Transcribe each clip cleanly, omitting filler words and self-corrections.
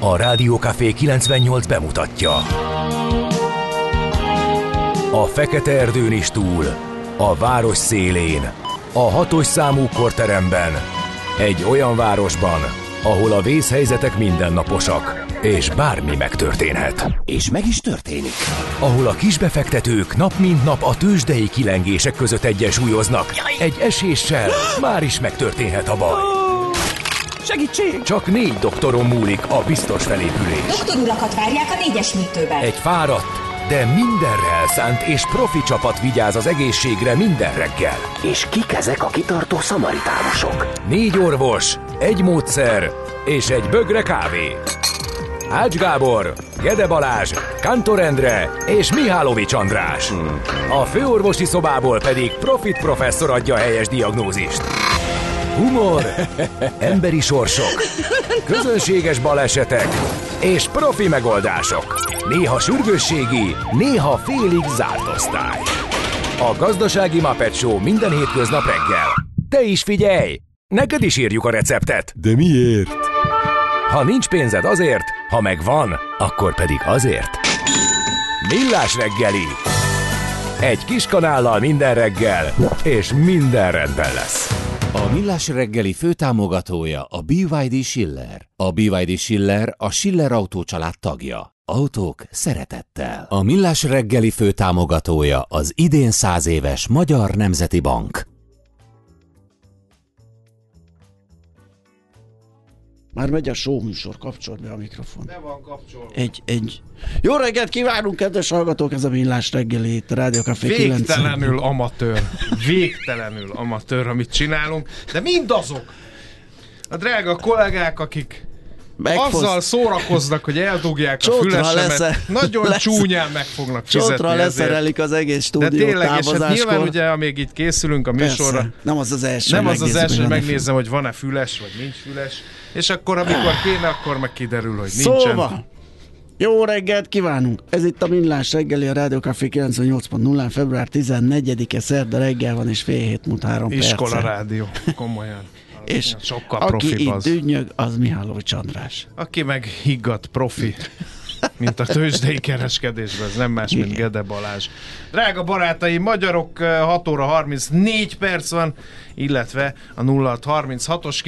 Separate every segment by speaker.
Speaker 1: A Rádió Café 98 bemutatja. A fekete erdőn is túl, a város szélén, a 6-os számú korteremben, egy olyan városban, ahol a vészhelyzetek mindennaposak, és bármi megtörténhet.
Speaker 2: És meg is történik.
Speaker 1: Ahol a kisbefektetők nap mint nap a tőzsdei kilengések között egyensúlyoznak. Egy eséssel már is megtörténhet a baj.
Speaker 2: Segítség!
Speaker 1: Csak 4 doktoron múlik a biztos felépülés.
Speaker 3: Doktor urakat várják a 4-es műtőben.
Speaker 1: Egy fáradt, de mindenre elszánt és profi csapat vigyáz az egészségre minden reggel.
Speaker 2: És kik ezek a kitartó szamaritánusok?
Speaker 1: 4 orvos, egy módszer és egy bögre kávé. Ács Gábor, Gede Balázs, Kantor Endre és Mihálovics András. A főorvosi szobából pedig Profit professzor adja a helyes diagnózist. Humor, emberi sorsok, közönséges balesetek és profi megoldások. Néha sürgősségi, néha félig zárt osztály. A Gazdasági Muppet Show minden hétköznap reggel. Te is figyelj! Neked is írjuk a receptet.
Speaker 4: De miért?
Speaker 1: Ha nincs pénzed azért, ha megvan, akkor pedig azért. Millás reggeli. Egy kis kanállal minden reggel, és minden rendben lesz.
Speaker 5: A Millás reggeli főtámogatója a BYD Schiller. A BYD Schiller a Schiller Autó család tagja. Autók szeretettel. A Millás reggeli főtámogatója az idén 100 éves Magyar Nemzeti Bank.
Speaker 6: Már megy a show műsor, kapcsold be a mikrofon.
Speaker 7: Be van kapcsolva.
Speaker 6: Egy. Jó reggelt kívánunk, kedves hallgatók, ez a Millás reggeli itt a Rádió Café 9.
Speaker 7: Végtelenül amatőr, amit csinálunk, de mindazok a drága kollégák, akik azzal szórakoznak, hogy eldugják a fülesemet, nagyon csúnyán meg fognak fizetni.
Speaker 6: Csotra leszerelik az egész stúdiót.
Speaker 7: De tényleg, és hát nyilván ugye, amíg így készülünk a műsorra,
Speaker 6: persze. Nem az első,
Speaker 7: hogy megnézem, hogy van-e füles, vagy nincs füles, és akkor, amikor kéne, akkor meg kiderül, hogy nincsen.
Speaker 6: Szóval, jó reggelt kívánunk! Ez itt a Millás reggeli, a Rádió Café 98.0, február 14-e, szerda reggel van, és fél 7 múlt 3 perccel.
Speaker 7: Iskola rádió, komolyan.
Speaker 6: És
Speaker 7: sokkal
Speaker 6: aki
Speaker 7: profibb
Speaker 6: itt
Speaker 7: az.
Speaker 6: dünnyög, az Mihálovics András.
Speaker 7: Aki meg higgadt profi, mint a tőzsdei kereskedésben, ez nem más, mint Gede Balázs. Drága barátaim, magyarok, 6 óra 34 perc van, illetve a 0636-os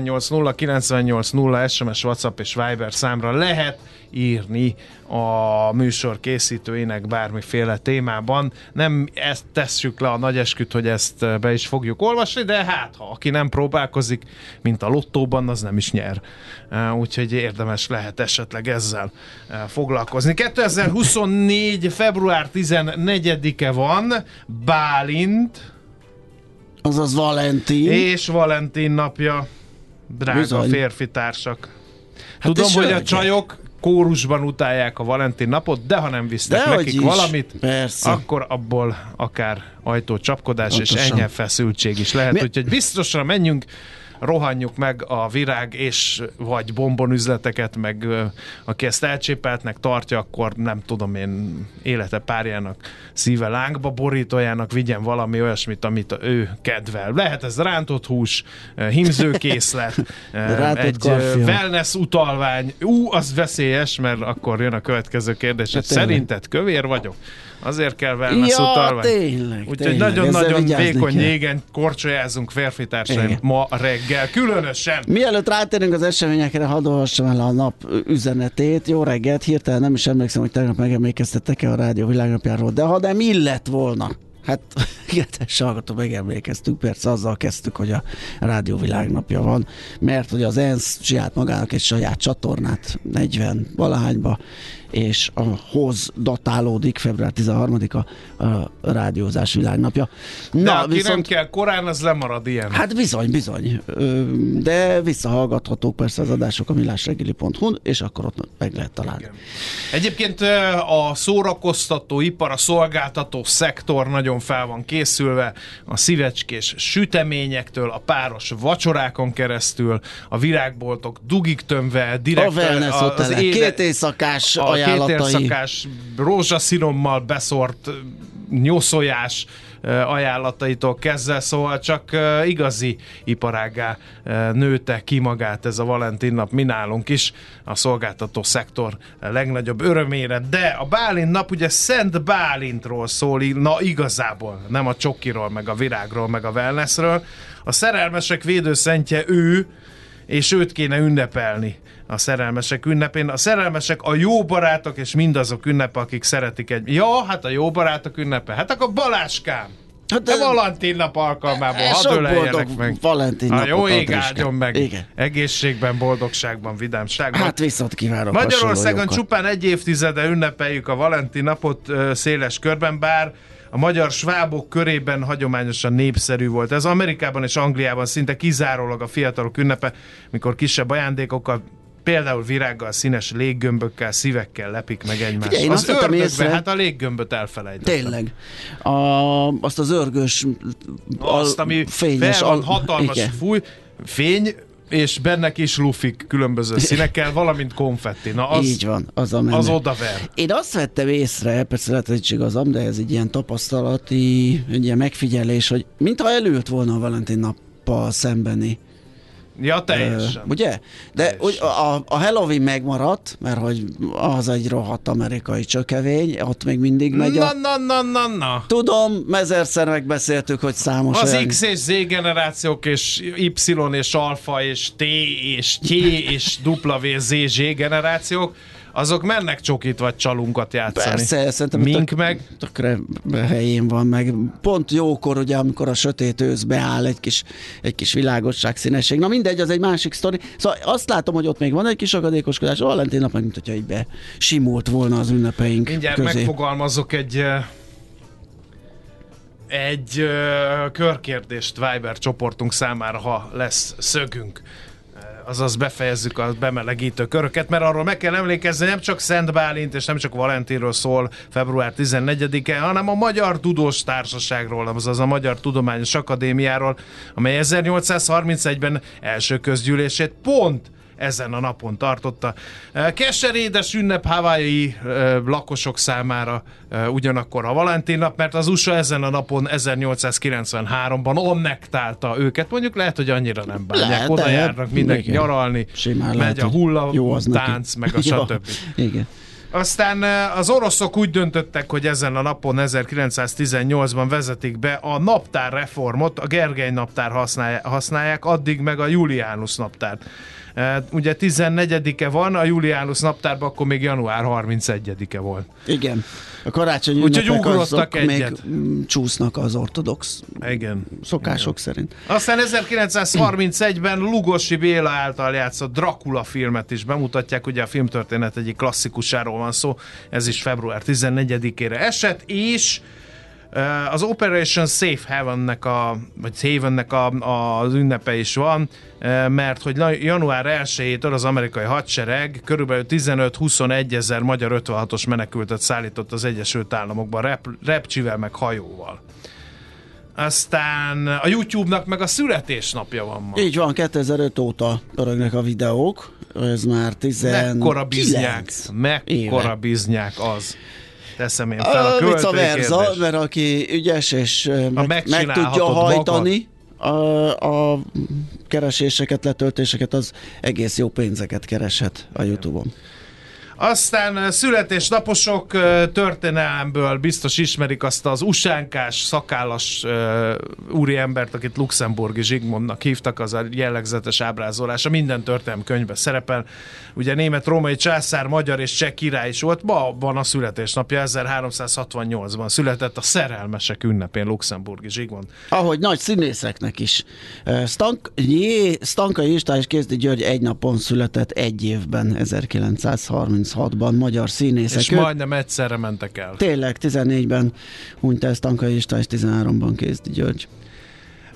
Speaker 7: 980980 SMS, WhatsApp és Viber számra lehet írni a műsor készítőinek bármiféle témában. Nem ezt tesszük le a nagy esküt, hogy ezt be is fogjuk olvasni, de hát, ha aki nem próbálkozik, mint a lottóban, az nem is nyer. Úgyhogy érdemes lehet esetleg ezzel foglalkozni. 2024. február 14-e van, Bálint,
Speaker 6: azaz Valentin.
Speaker 7: És Valentin napja, drága
Speaker 6: bizony.
Speaker 7: Férfi társak.
Speaker 6: Hát
Speaker 7: tudom, hogy a
Speaker 6: csajok
Speaker 7: kórusban utálják a Valentin napot, de ha nem visznek
Speaker 6: de
Speaker 7: nekik valamit,
Speaker 6: persze.
Speaker 7: akkor abból akár ajtócsapkodás
Speaker 6: pontosan.
Speaker 7: És enyhe feszültség is lehet. Úgyhogy biztosra menjünk, rohanjuk meg a virág és vagy bombonüzleteket, meg aki ezt elcsépeltnek tartja, akkor nem tudom én, élete párjának szíve lángba borítójának vigyen valami olyasmit, amit ő kedvel. Lehet ez rántott hús, hímzőkészlet, egy wellness utalvány. Az veszélyes, mert akkor jön a következő kérdés, hogy szerinted kövér vagyok? Azért kell wellness utalvány.
Speaker 6: Tényleg.
Speaker 7: Úgyhogy nagyon-nagyon vékony jégen korcsolyázunk, férfitársaim, ma reggel, különösen.
Speaker 6: Mielőtt rátérünk az eseményekre, hadd olvassam el a nap üzenetét. Jó reggelt, hirtelen nem is emlékszem, hogy tegnap megemlékeztettek-e a Rádió Világnapjáról, de ha nem illett volna. Hát, kedves hallgató, megemlékeztünk, persze azzal kezdtük, hogy a Rádió Világnapja van, mert hogy az ENSZ csinált magának egy saját csatornát 40 valahányba, és ahhoz datálódik február 13-a a rádiózás világnapja.
Speaker 7: De aki nem kell korán, az lemarad ilyen.
Speaker 6: Hát bizony. De visszahallgathatók persze az adások a millásreggeli.hu-n, és akkor ott meg lehet találni.
Speaker 7: Igen. Egyébként a szórakoztató ipar, a szolgáltató szektor nagyon fel van készülve, a szívecskés süteményektől, a páros vacsorákon keresztül, a virágboltok dugig tömve, direkt
Speaker 6: a wellness hotelek, két éjszakás ajánlatai.
Speaker 7: Két éjszakás rózsaszínommal beszort nyoszójás, ajánlataitól kezdve, szóval csak igazi iparággá nőtte ki magát ez a Valentin nap, mi nálunk is, a szolgáltató szektor legnagyobb örömére. De a Bálint nap ugye Szent Bálintról szól, na igazából, nem a csokiról, meg a virágról, meg a wellnessről. A szerelmesek védőszentje ő, és őt kéne ünnepelni a szerelmesek ünnepén. A szerelmesek a jó barátok, és mindazok ünnepe, akik szeretik egy... Ja, hát a jó barátok ünnepe. Hát akkor Baláskám! Hát de Valentin nap alkalmából hadd öleljenek meg.
Speaker 6: Valentin napot,
Speaker 7: jó ég áldjon meg.
Speaker 6: Igen.
Speaker 7: Egészségben, boldogságban, vidámságban.
Speaker 6: Hát viszont kívánok.
Speaker 7: Magyarországon csupán egy évtizede ünnepeljük a Valentin napot széles körben, bár a magyar svábok körében hagyományosan népszerű volt. Ez Amerikában és Angliában szinte kizárólag a fiatalok ünnepe, mikor kisebb ajándékokkal, például virággal, színes léggömbökkel, szívekkel lepik meg egymást.
Speaker 6: Figyelj,
Speaker 7: az ördögbe, hát a léggömböt elfelejtettem.
Speaker 6: Tényleg. Azt az örgös,
Speaker 7: azt, ami
Speaker 6: fényes,
Speaker 7: fel van, hatalmas fény, és benne kis lufik különböző színekkel, valamint konfetti. Na az,
Speaker 6: így van, az
Speaker 7: odaver.
Speaker 6: Én azt vettem észre, persze lehet, hogy igazam, de ez egy ilyen tapasztalati, egy ilyen megfigyelés, hogy mintha elült volna a Valentin nappal szembeni.
Speaker 7: Ja, teljesen.
Speaker 6: Ugye? De a Halloween megmaradt, mert hogy az egy rohadt amerikai csökevény, ott még mindig megy
Speaker 7: Na.
Speaker 6: Tudom, ezerszer megbeszéltük, hogy számos
Speaker 7: az X és Z generációk, és Y és alfa, és T és T és WZ generációk, azok mennek csokit vagy csalunkat játszani.
Speaker 6: Persze, szerintem
Speaker 7: mink meg
Speaker 6: tökre helyén van, meg pont jókor, ugye, amikor a sötét ősz beáll, egy kis világosság, színesség. Na mindegy, az egy másik sztori. Szóval azt látom, hogy ott még van egy kis akadékoskodás. A Valentin nap meg, mint hogyha így besimult volna az ünnepeink
Speaker 7: mindjárt
Speaker 6: közé.
Speaker 7: Megfogalmazok egy körkérdést Viber csoportunk számára, ha lesz szögünk. Azaz befejezzük a bemelegítő köröket, mert arról meg kell emlékezni, nem csak Szent Bálint és nem csak Valentinról szól február 14-e, hanem a Magyar Tudós Társaságról, azaz a Magyar Tudományos Akadémiáról, amely 1831-ben első közgyűlését pont ezen a napon tartotta. Keserédes ünnep hawaii lakosok számára ugyanakkor a Valentin nap, mert az USA ezen a napon 1893-ban annektálta őket. Mondjuk lehet, hogy annyira nem bánják. Oda járnak mindenki nyaralni,
Speaker 6: simán
Speaker 7: megy
Speaker 6: lehet,
Speaker 7: a hulla tánc,
Speaker 6: neki.
Speaker 7: meg a stb.
Speaker 6: Igen.
Speaker 7: Aztán az oroszok úgy döntöttek, hogy ezen a napon 1918-ban vezetik be a naptárreformot, a Gergely naptár használják, addig meg a Julianus naptárt. Ugye 14-e van, a Julianus naptárban akkor még január 31-e volt.
Speaker 6: Igen. A karácsonyi ünnepek azok
Speaker 7: egyet.
Speaker 6: Még csúsznak az ortodox szokások szerint.
Speaker 7: Aztán 1931-ben Lugosi Béla által játszott Dracula filmet is bemutatják, ugye a filmtörténet egyik klasszikusáról van szó, ez is február 14-ére esett, és az Operation Safe Haven-nek az ünnepe is van, mert hogy január 1-től az amerikai hadsereg körülbelül 15-21 ezer magyar 56-os menekültet szállított az Egyesült Államokban repcsivel meg hajóval. Aztán a YouTube-nak meg a születésnapja van ma.
Speaker 6: Így van, 2005 óta pörögnek a videók, ez már 19
Speaker 7: Mekkora biznyák az. Teszem én fel a költői kérdést.
Speaker 6: Mert aki ügyes és meg tudja hajtani a kereséseket, letöltéseket, az egész jó pénzeket kereshet a YouTube-on.
Speaker 7: Aztán születésnaposok történelemből biztos ismerik azt az usánkás, szakállas úriembert, akit Luxemburgi Zsigmondnak hívtak, az a jellegzetes ábrázolása minden történelmi könyvben szerepel. Ugye német-római császár, magyar és cseh király is volt, ma van a születésnapja, 1368-ban született a szerelmesek ünnepén Luxemburgi Zsigmond.
Speaker 6: Ahogy nagy színészeknek is. Stankai István és Kézdi György egy napon született egy évben, 1936-ban, magyar színészek.
Speaker 7: És majdnem egyszerre mentek el.
Speaker 6: Tényleg, 14-ben hunyt el Stankai István és 13-ban Kézdi György.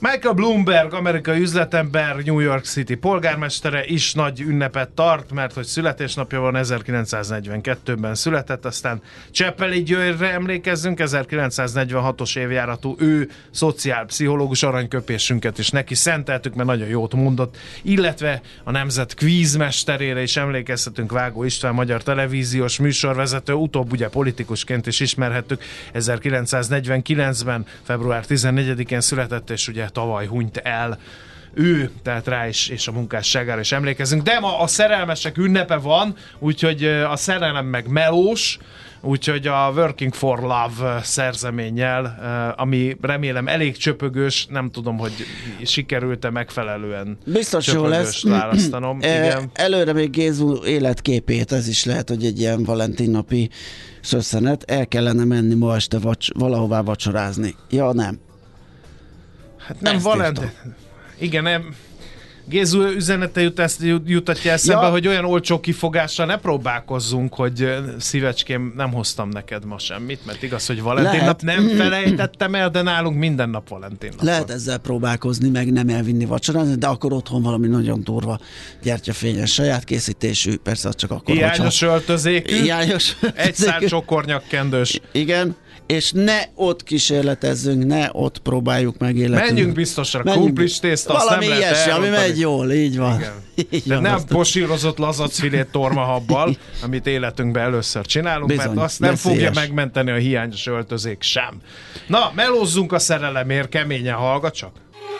Speaker 7: Michael Bloomberg, amerikai üzletember, New York City polgármestere is nagy ünnepet tart, mert hogy születésnapja van, 1942-ben született, aztán Cseppeli Györgyre emlékezzünk, 1946-os évjáratú, ő szociálpszichológus, aranyköpésünket is neki szenteltük, mert nagyon jót mondott, illetve a nemzet kvízmesterére is emlékezhetünk, Vágó István, magyar televíziós műsorvezető, utóbb ugye politikusként is ismerhettük, 1949-ben, február 14-én született, és ugye tavaly hunyt el ő, tehát rá is, és a munkásságára is emlékezünk. De ma a szerelmesek ünnepe van, úgyhogy a szerelem meg melós, úgyhogy a Working for Love szerzeménnyel, ami remélem elég csöpögős, nem tudom, hogy sikerült-e megfelelően
Speaker 6: biztos jó lesz
Speaker 7: választanom. Igen.
Speaker 6: Előre még Gézu életképét, ez is lehet, hogy egy ilyen valentinnapi szösszenet, el kellene menni ma este valahová vacsorázni. Ja, nem.
Speaker 7: Hát nem Valentin. Igen, nem. Gézu üzenete jutatja eszembe, hogy olyan olcsó kifogással ne próbálkozzunk, hogy szívecském, nem hoztam neked ma semmit, mert igaz, hogy Valentin nap nem felejtettem el, de nálunk minden nap Valentin nap.
Speaker 6: Lehet ezzel próbálkozni, meg nem elvinni vacsorázni, de akkor otthon valami nagyon durva gyertyafényes, saját készítésű, persze az csak akkor,
Speaker 7: hiányos öltözékű,
Speaker 6: hiányos
Speaker 7: egy szár csokornyakkendős.
Speaker 6: Igen, és ne ott kísérletezzünk, ne ott próbáljuk meg életünk.
Speaker 7: Menjünk biztosra, krumplis tészta, azt nem lehet
Speaker 6: ilyesmi, ami megy jól, így van.
Speaker 7: Így van, nem posírozott lazacfilét tormahabbal, amit életünkben először csinálunk, bizony, mert azt nem fogja megmenteni a hiányos öltözék sem. Na, melózzunk a szerelemért, keményen hallgat csak.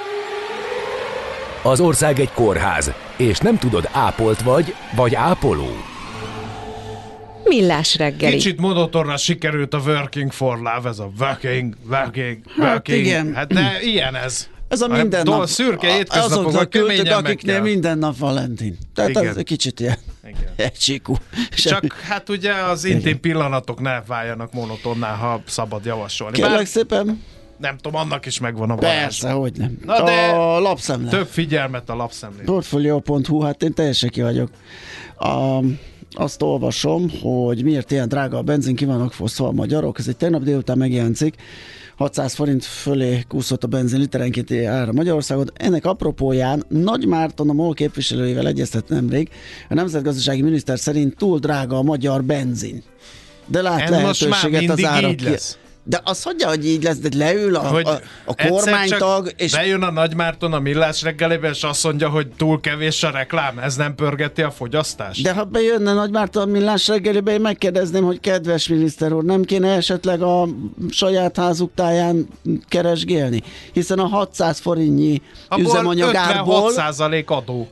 Speaker 1: Az ország egy kórház, és nem tudod, ápolt vagy ápoló.
Speaker 4: Millás reggeli.
Speaker 7: Kicsit monotonra sikerült a Working for Love, ez a working.
Speaker 6: Hát igen.
Speaker 7: Hát de ilyen ez.
Speaker 6: Ez a minden nap.
Speaker 7: Szürke étköznapok,
Speaker 6: költök, akiknél minden nap Valentin. Tehát igen. Ez kicsit ilyen egysíkú.
Speaker 7: Csak hát ugye az intim pillanatok ne váljanak monotonná, ha szabad javasolni.
Speaker 6: Kérlek szépen.
Speaker 7: Nem tudom, annak is megvan a varázs.
Speaker 6: Persze, hogy nem.
Speaker 7: Na de
Speaker 6: a lapszemle.
Speaker 7: Több figyelmet a lapszemlére.
Speaker 6: Portfolio.hu, hát én teljesen ki vagyok. Azt olvasom, hogy miért ilyen drága a benzin, ki vannak fosztva a magyarok. Ez egy tegnap délután megjelent cikk. 600 forint fölé kúszott a benzin literenkénti ára Magyarországon. Ennek apropóján Nagy Márton, a MOL képviselőjével egyeztet nemrég. A nemzetgazdasági miniszter szerint túl drága a magyar benzin. De lát lehetőséget az árak ki. De az hagyja, hogy így lesz, de leül a kormánytag, és
Speaker 7: bejön a Nagy Márton a Millás reggelibe, és azt mondja, hogy túl kevés a reklám, ez nem pörgeti a fogyasztást?
Speaker 6: De ha bejönne Nagy Márton a Millás reggelibe, én megkérdezném, hogy kedves miniszter úr, nem kéne esetleg a saját házuk táján keresgélni? Hiszen a 600 forintnyi üzemanyagárból
Speaker 7: 56% adó.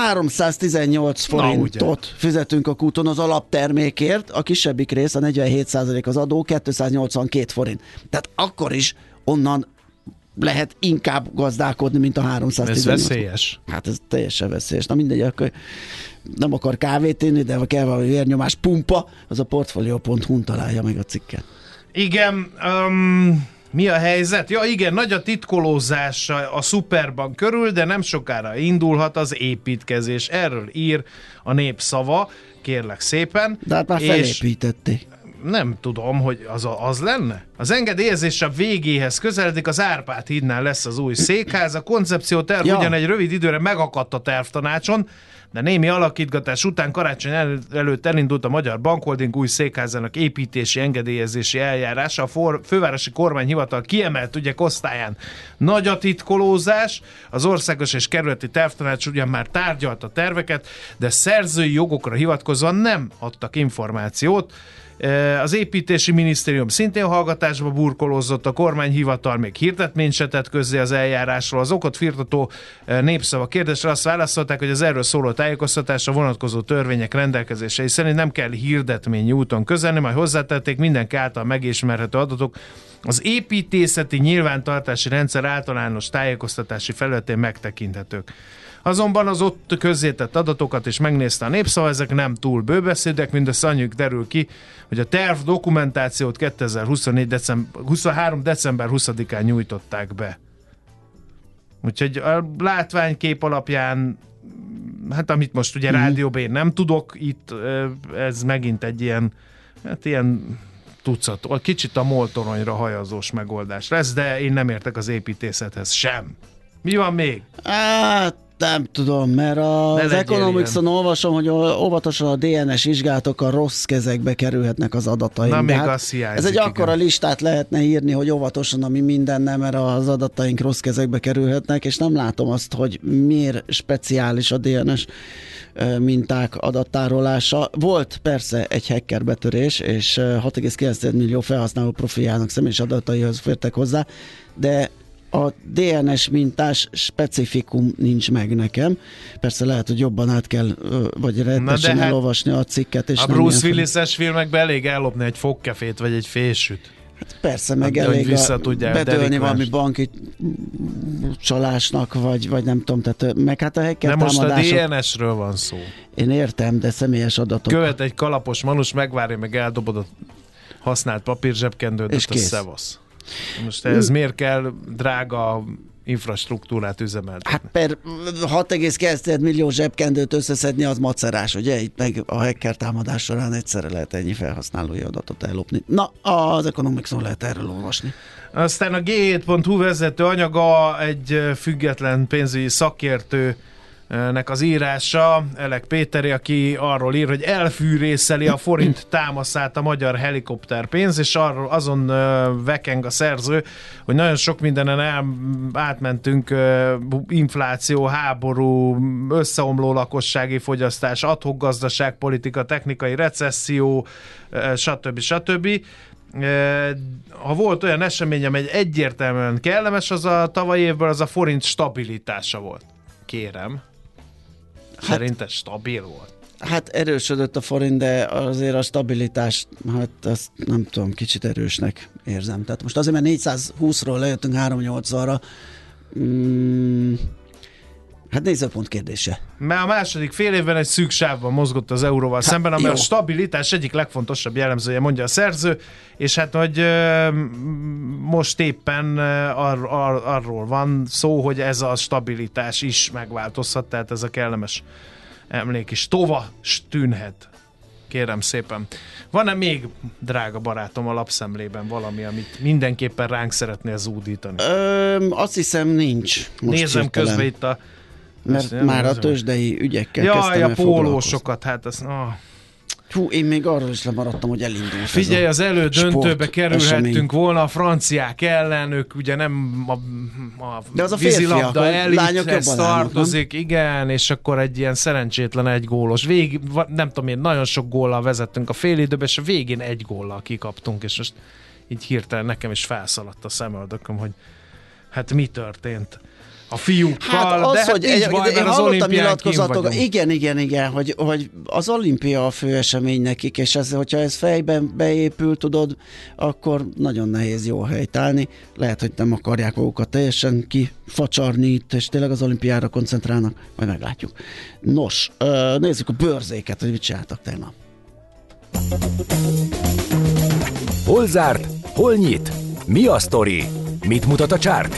Speaker 6: 318 forintot fizetünk a kúton az alaptermékért, a kisebbik rész, a 47% az adó, 282 forint. Tehát akkor is onnan lehet inkább gazdálkodni, mint a 318.
Speaker 7: Ez veszélyes.
Speaker 6: Hát ez teljesen veszélyes. Na mindegy, akkor nem akar kávét inni, de ha kell valami vérnyomás pumpa, az a portfolio.hu-n találja meg a cikket.
Speaker 7: Igen, mi a helyzet? Ja igen, nagy a titkolózás a Superbank körül, de nem sokára indulhat az építkezés. Erről ír a Népszava, kérlek szépen.
Speaker 6: De hát már felépítették.
Speaker 7: Nem tudom, hogy az lenne. Az engedélyezés a végéhez közeledik, az Árpád hídnál lesz az új székház. A koncepcióterv ugyan egy rövid időre megakadt a tervtanácson, de némi alakítgatás után karácsony előtt elindult a Magyar Bankholding új székházának építési, engedélyezési eljárása. A fővárosi kormányhivatal kiemelt ügyek osztályán nagy a titkolózás. Az országos és kerületi tervtanács ugyan már tárgyalta terveket, de szerzői jogokra hivatkozóan nem adtak információt. Az építési minisztérium szintén hallgatásba burkolózott, a kormányhivatal még hirdetményt se tett közzé az eljárásról. Az okot firtató Népszava kérdésre azt válaszolták, hogy az erről szóló tájékoztatásra vonatkozó törvények rendelkezései szerint nem kell hirdetményi úton közölni, majd hozzátették, mindenki által megismerhető adatok az építészeti nyilvántartási rendszer általános tájékoztatási felületén megtekinthetők. Azonban az ott közzétett adatokat is megnézte a Népszava, ezek nem túl bőbeszédek, mindössze annyit derül ki, hogy a terv dokumentációt 2023. december 20-án nyújtották be. Úgyhogy a látványkép alapján, hát amit most ugye Rádió B nem tudok, itt ez megint egy ilyen tucat, kicsit a moltoronyra hajazós megoldás lesz, de én nem értek az építészethez sem. Mi van még?
Speaker 6: Hát nem tudom, mert az Economics-on olvasom, hogy óvatosan a DNS vizsgálatokkal rossz kezekbe kerülhetnek az adataink.
Speaker 7: Na, még azt hiányzik,
Speaker 6: ez egy akkora listát lehetne írni, hogy óvatosan, ami mindenne, mert az adataink rossz kezekbe kerülhetnek, és nem látom azt, hogy miért speciális a DNS minták adattárolása. Volt persze egy hacker betörés, és 6,9 millió felhasználó profiljának személyes adataihoz fértek hozzá, de a DNS mintás specifikum nincs meg nekem. Persze lehet, hogy jobban át kell, vagy rendesen elolvasni a cikket. És
Speaker 7: a Bruce Willis-es filmekben elég ellopni egy fogkefét, vagy egy fésűt.
Speaker 6: Hát persze, meg elég bedőlni valami banki csalásnak, vagy nem tudom, tehát meg hát a hacker támadások.
Speaker 7: Nem, most a DNS-ről van szó.
Speaker 6: Én értem, de személyes adatok.
Speaker 7: Követ egy kalapos manus, megvárja, meg eldobod a használt papírzsebkendőt, a szevasz. Most ez miért kell drága infrastruktúrát üzemeltetni?
Speaker 6: Hát per 6,2 millió zsebkendőt összeszedni az macerás, ugye? Itt meg a hacker támadás során egyszerre lehet ennyi felhasználói adatot ellopni. Na, az Economics-on lehet erről olvasni.
Speaker 7: Aztán a G7.hu vezető anyaga egy független pénzügyi szakértő nek az írása, Elek Péteri, aki arról ír, hogy elfűrészeli a forint támaszát a magyar helikopterpénz, és azon vekeng a szerző, hogy nagyon sok mindenen átmentünk, infláció, háború, összeomló lakossági fogyasztás, ad-hoc gazdaságpolitika, technikai recesszió, stb. Ha volt olyan esemény, amely egyértelműen kellemes, az a tavalyi évben az a forint stabilitása volt. Kérem. Szerinted stabil volt? Hát
Speaker 6: erősödött a forint, de azért a stabilitást, hát azt nem tudom, kicsit erősnek érzem. Tehát most azért, mert 420-ról lejöttünk 380-ra, hát nézőpont kérdése.
Speaker 7: Mert a második fél évben egy szűk sávban mozgott az euróval szemben, ami a stabilitás egyik legfontosabb jellemzője, mondja a szerző, és hát, hogy most éppen arról van szó, hogy ez a stabilitás is megváltozhat, tehát ez a kellemes emlék is tova tűnhet. Kérem szépen. Van-e még, drága barátom, a lapszemlében valami, amit mindenképpen ránk szeretnél zúdítani?
Speaker 6: Azt hiszem nincs. Most
Speaker 7: nézem közben itt a...
Speaker 6: Mert már a tőzsdei ügyekkel kezdtem el
Speaker 7: a pólósokat, hát az...
Speaker 6: Hú, én még arról is lemaradtam, hogy elindult.
Speaker 7: Figyelj, az elődöntőbe kerülhettünk volna a franciák ellen, ők ugye nem a vízilabda elithez tartozik, igen, és akkor egy ilyen szerencsétlen egygólos. Nem tudom én, nagyon sok góllal vezettünk a félidőbe, és a végén egy góllal kikaptunk, és most így hirtelen nekem is felszaladt a szemöldököm, hogy hát mi történt a fiúkkal,
Speaker 6: hát az,
Speaker 7: de hát
Speaker 6: hogy
Speaker 7: nincs baj, mert az olimpián kint vagyunk.
Speaker 6: Igen, hogy az olimpia a fő esemény nekik, és ez, hogyha ez fejben beépül, tudod, akkor nagyon nehéz jó helyt állni. Lehet, hogy nem akarják magukat teljesen kifacsarni itt, és tényleg az olimpiára koncentrálnak, majd meglátjuk. Nos, nézzük a bőrzéket, hogy mit csináltak tegnap.
Speaker 1: Hol zárt? Hol nyit? Mi a sztori? Mit mutat a csárt?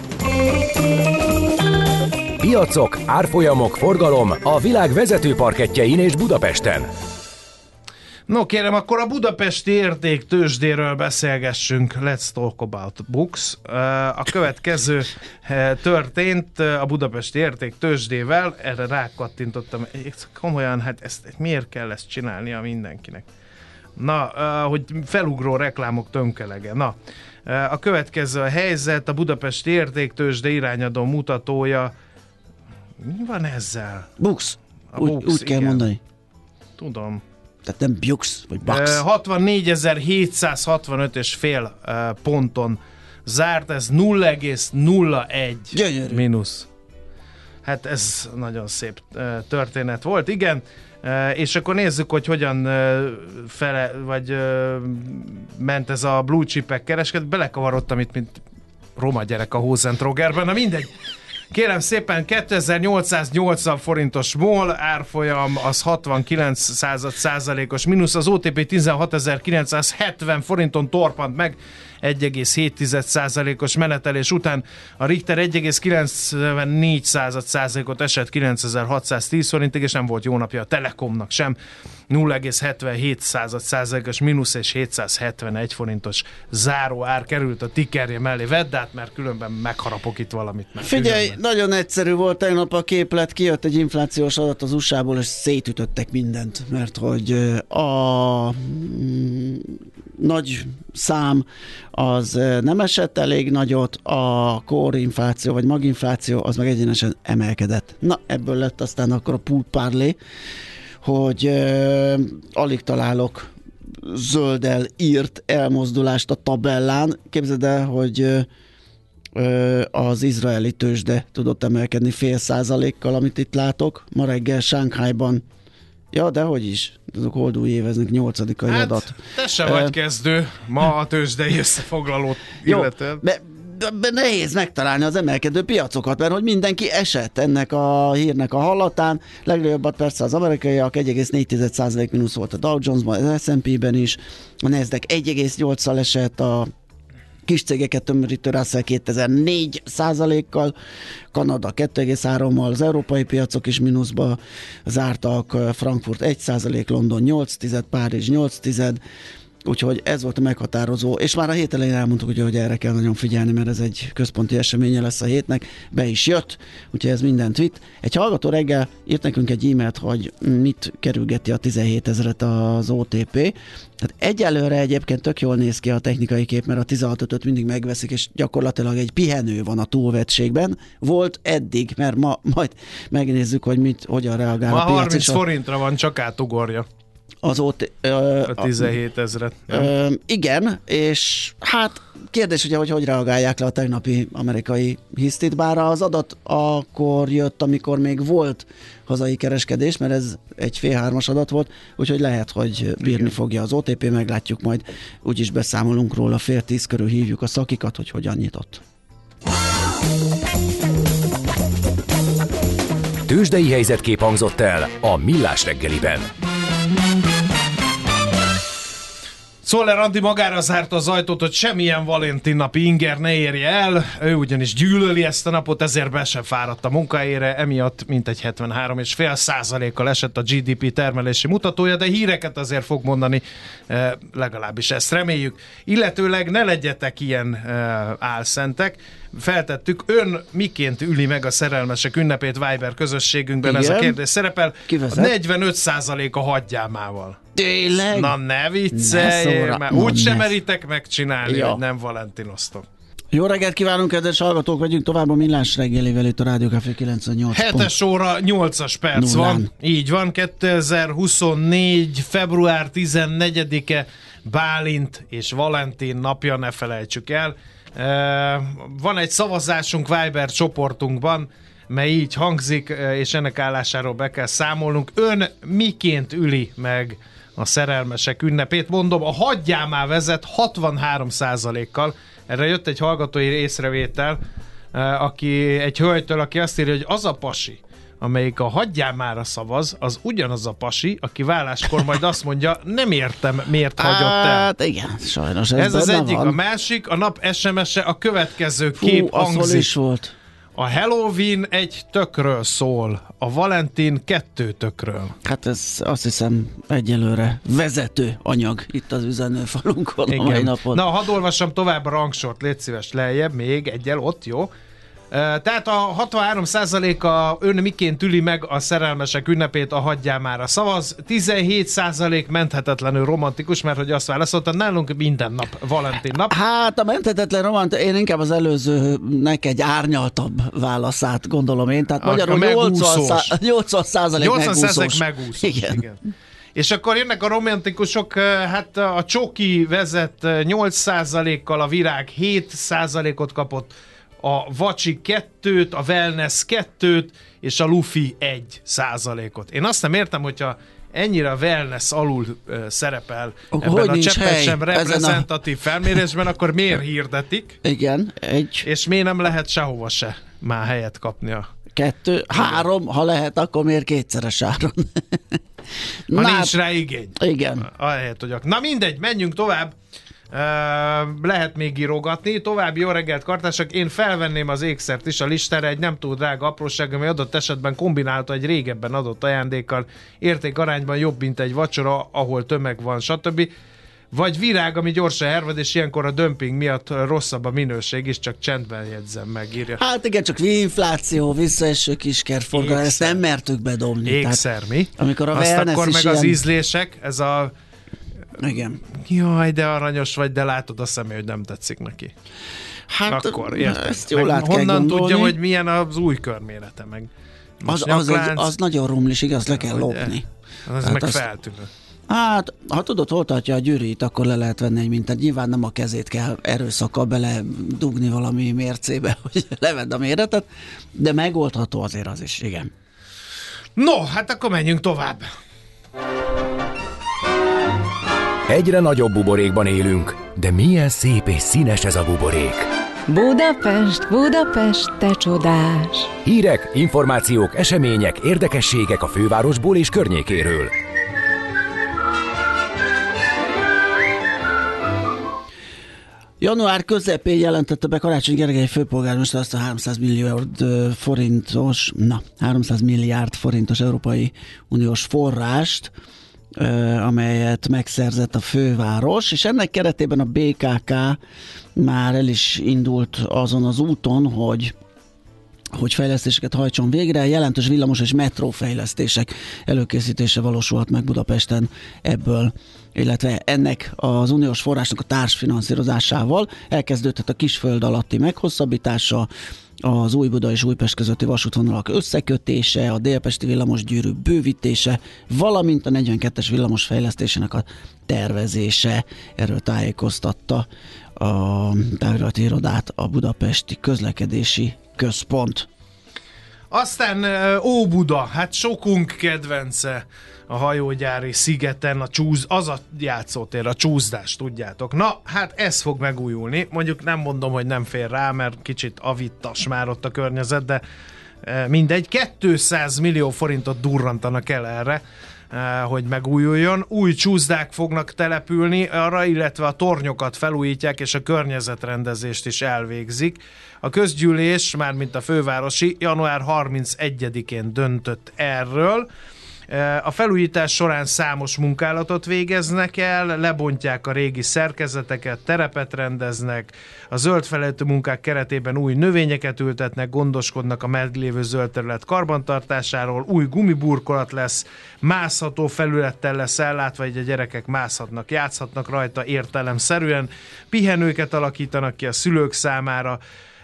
Speaker 1: Piacok, árfolyamok, forgalom a világ vezető parkettjein és Budapesten.
Speaker 7: No kérem, akkor a budapesti értéktőzsdéről beszélgessünk. Let's talk about books. A következő történt a budapesti értéktőzsdével, erre rákattintottam. Komolyan, hát ezt miért kell ezt csinálnia mindenkinek? Na, hogy felugró reklámok tönkelege. Na, a következő a helyzet, a budapesti értéktőzsde irányadó mutatója. Mi van ezzel?
Speaker 6: Bux. Úgy kell mondani.
Speaker 7: Tudom.
Speaker 6: Tehát nem Bux, vagy Bux.
Speaker 7: 64.765,5 ponton zárt, ez 0,01 mínusz. Hát ez nagyon szép történet volt, igen. És akkor nézzük, hogy hogyan ment ez a blue chipek kereskedet. Belekavarodtam itt, mint roma gyerek a Hosentrogerben. Na mindegy. Kérem szépen, 2880 forintos MOL árfolyam, az 69%-os mínusz, az OTP 16.970 forinton torpant meg 1,7%-os menetelés után, a Richter 1,94%-ot esett 9610 forintig, és nem volt jó napja a Telekomnak sem, 0,77%-os mínusz és 771 forintos záró ár került a tickerje mellé. Vedd át, mert különben megharapok itt valamit.
Speaker 6: Figyelj, nagyon egyszerű volt tegnap a képlet, kijött egy inflációs adat az USA-ból, és szétütöttek mindent, mert hogy a nagy szám az nem esett elég nagyot, a core infláció vagy maginfláció az meg egyenesen emelkedett. Na, ebből lett aztán akkor a pool parlé, hogy alig találok zölddel írt elmozdulást a tabellán. Képzeld el, hogy az izraeli tőzsde tudott emelkedni 0,5%-kal, amit itt látok. Ma reggel Shanghaiban, ja, de hogy is, azok holdúj éveznek 8-ai adat.
Speaker 7: Te se vagy kezdő ma a tőzsdei összefoglalót illetően.
Speaker 6: De nehéz megtalálni az emelkedő piacokat, mert hogy mindenki esett ennek a hírnek a hallatán. Legjobbat persze az amerikaiak, 1,4% mínusz volt a Dow Jonesban, az S&P-ben is, a Nasdaq 1,8-szal esett, a kis cégeket tömörítő Russell 2004%-kal, Kanada 2,3-mal, az európai piacok is mínuszba zártak, Frankfurt 1%, London 8%, Párizs 8%, úgyhogy ez volt a meghatározó, és már a hét elején elmondtuk, hogy erre kell nagyon figyelni, mert ez egy központi eseménye lesz a hétnek, be is jött, úgyhogy ez mindent vitt. Egy hallgató reggel írt nekünk egy e-mailt, hogy mit kerülgeti a 17 000-et az OTP. Tehát egyelőre egyébként tök jól néz ki a technikai kép, mert a 16.5-öt mindig megveszik, és gyakorlatilag egy pihenő van a túlvettségben. Volt eddig, mert majd megnézzük, hogy hogyan reagál
Speaker 7: ma
Speaker 6: a piac.
Speaker 7: 30 forintra van, csak átugorja.
Speaker 6: A
Speaker 7: 17 000-et.
Speaker 6: Igen, és hát kérdés ugye, hogy reagálják le a tegnapi amerikai hisztit, bár az adat akkor jött, amikor még volt hazai kereskedés, mert ez egy 2,5-3-as adat volt, úgyhogy lehet, hogy bírni fogja az OTP, meglátjuk majd, úgyis beszámolunk róla, 9:30 körül hívjuk a szakikat, hogy hogyan nyitott.
Speaker 1: Tőzsdei helyzetkép hangzott el a Millás reggeliben.
Speaker 7: Szoller Andi magára zárta az ajtót, hogy semmilyen Valentin napi inger ne érje el, ő ugyanis gyűlöli ezt a napot, ezért be sem fáradt a munkahelyére, emiatt mintegy 73,5%-kal esett a GDP termelési mutatója, de híreket azért fog mondani, legalábbis ezt reméljük. Illetőleg ne legyetek ilyen álszentek, feltettük, ön miként üli meg a szerelmesek ünnepét Viber közösségünkben, igen? Ez a kérdés szerepel. 45% a hagyjámával.
Speaker 6: Tényleg?
Speaker 7: Na ne viccelj, úgy sem meritek megcsinálni, ja, hogy nem valentinoztok.
Speaker 6: Jó reggelt kívánunk, kedves hallgatók, vagyunk tovább a Millás reggelével itt a Rádió Café 98.
Speaker 7: 7 óra 8 perc van. Így van, 2024. február 14-e Bálint és Valentin napja, ne felejtsük el. Van egy szavazásunk Viber csoportunkban, mely így hangzik, és ennek állásáról be kell számolnunk. Ön miként üli meg a szerelmesek ünnepét? Mondom, a hagyjál már vezet 63%-kal. Erre jött egy hallgatói észrevétel, egy hölgytől, aki azt írja, hogy az a pasi, amelyik a hagyjál mára szavaz, az ugyanaz a pasi, aki váláskor majd azt mondja, nem értem, miért hagyott el.
Speaker 6: Hát igen, sajnos
Speaker 7: ez az egyik,
Speaker 6: van.
Speaker 7: A másik, a nap SMS-e a következő kép hangzik.
Speaker 6: Is volt.
Speaker 7: A Halloween egy tökről szól, a Valentin 2 tökről.
Speaker 6: Hát ez azt hiszem egyelőre vezető anyag itt az üzenőfalunkon a mai napon.
Speaker 7: Na, hadd olvassam tovább a rangsort, légy szíves, lejjebb, még egyel ott, jó? Tehát a 63%-a ön miként üli meg a szerelmesek ünnepét, a hagyjál már a szavaz, 17% menthetetlenül romantikus, mert hogy azt válaszolta, nálunk minden nap Valentin nap.
Speaker 6: Hát a menthetetlen romantikus, én inkább az előzőnek egy árnyaltabb válaszát gondolom én, tehát magyarul 80%
Speaker 7: megúszós. Igen. És akkor jönnek a romantikusok, hát a csoki vezet 8%-kal, a virág 7%-ot kapott, a vacsi 2-t, a wellness 2-t, és a lufi 1%-ot. Én azt nem értem, hogyha ennyire a wellness alul szerepel ebben a cseppet sem reprezentatív felmérésben, akkor miért hirdetik?
Speaker 6: Igen,
Speaker 7: és miért nem lehet sehova se már helyet kapni a
Speaker 6: 2, 3, ha lehet, akkor miért kétszeres áron?
Speaker 7: Nincs rá igény.
Speaker 6: Igen.
Speaker 7: Ahelyett, hogy na mindegy, menjünk tovább. Lehet még írogatni. További jó reggelt, kartársak. Én felvenném az ékszert is a listára, egy nem túl drága apróság, ami adott esetben kombinálta egy régebben adott ajándékkal, érték arányban jobb, mint egy vacsora, ahol tömeg van, stb. vagy virág, ami gyorsan hervad, és ilyenkor a dömping miatt rosszabb a minőség is, csak csendben jegyzem meg, írja.
Speaker 6: Hát igen, csak infláció, visszaeső kiskertforgalom, ezt nem mertük bedobni.
Speaker 7: Ékszer, mi?
Speaker 6: Amikor a
Speaker 7: azt akkor meg
Speaker 6: ilyen...
Speaker 7: az ízlések, ez a...
Speaker 6: Igen.
Speaker 7: Jaj, de aranyos vagy, de látod a személy, hogy nem tetszik neki.
Speaker 6: Hát
Speaker 7: akkor érted.
Speaker 6: ezt jól át kell
Speaker 7: honnan
Speaker 6: gondolni.
Speaker 7: tudja, hogy milyen az új körmérete meg?
Speaker 6: Az nagyon rumlis, igaz, le kell lopni.
Speaker 7: Az
Speaker 6: hát
Speaker 7: meg feltűnő.
Speaker 6: Hát, ha tudod, hol tartja a gyűrűt, akkor le lehet venni egy mintát. Nyilván nem a kezét kell erőszakkal bele dugni valami mércébe, hogy levedd a méretet, de megoldható azért az is, igen.
Speaker 7: No, hát akkor menjünk tovább.
Speaker 1: Egyre nagyobb buborékban élünk, de milyen szép és színes ez a buborék.
Speaker 4: Budapest, Budapest, te csodás!
Speaker 1: Hírek, információk, események, érdekességek a fővárosból és környékéről.
Speaker 6: Január közepén jelentette be Karácsony Gergely főpolgármester azt a 300 milliárd forintos Európai Uniós forrást, amelyet megszerzett a főváros, és ennek keretében a BKK már el is indult azon az úton, hogy fejlesztéseket hajtson végre. Jelentős villamos és metrófejlesztések előkészítése valósulhat meg Budapesten ebből, illetve ennek az uniós forrásnak a társfinanszírozásával. Elkezdődhet a Kisföld alatti meghosszabbítása, az Újbuda és Újpest közötti vasútvonalak összekötése, a délpesti villamosgyűrű bővítése, valamint a 42-es villamos fejlesztésének a tervezése. Erről tájékoztatta a tárgyalati irodát a Budapesti Közlekedési Központ.
Speaker 7: Aztán Óbuda, hát sokunk kedvence a hajógyári szigeten, az a játszótér, a csúszdás, tudjátok. Na, hát ez fog megújulni. Mondjuk nem mondom, hogy nem fér rá, mert kicsit avittas már ott a környezet, de mindegy. 200 millió forintot durrantanak el erre, hogy megújuljon. Új csúszdák fognak települni arra, illetve a tornyokat felújítják, és a környezetrendezést is elvégzik. A közgyűlés, mármint a fővárosi, január 31-én döntött erről. A felújítás során számos munkálatot végeznek el, lebontják a régi szerkezeteket, terepet rendeznek, a zöldfelületű munkák keretében új növényeket ültetnek, gondoskodnak a meglévő zöld terület karbantartásáról, új gumiburkolat lesz, mászható felülettel lesz ellátva, így a gyerekek mászhatnak, játszhatnak rajta értelemszerűen, pihenőket alakítanak ki a szülők számára,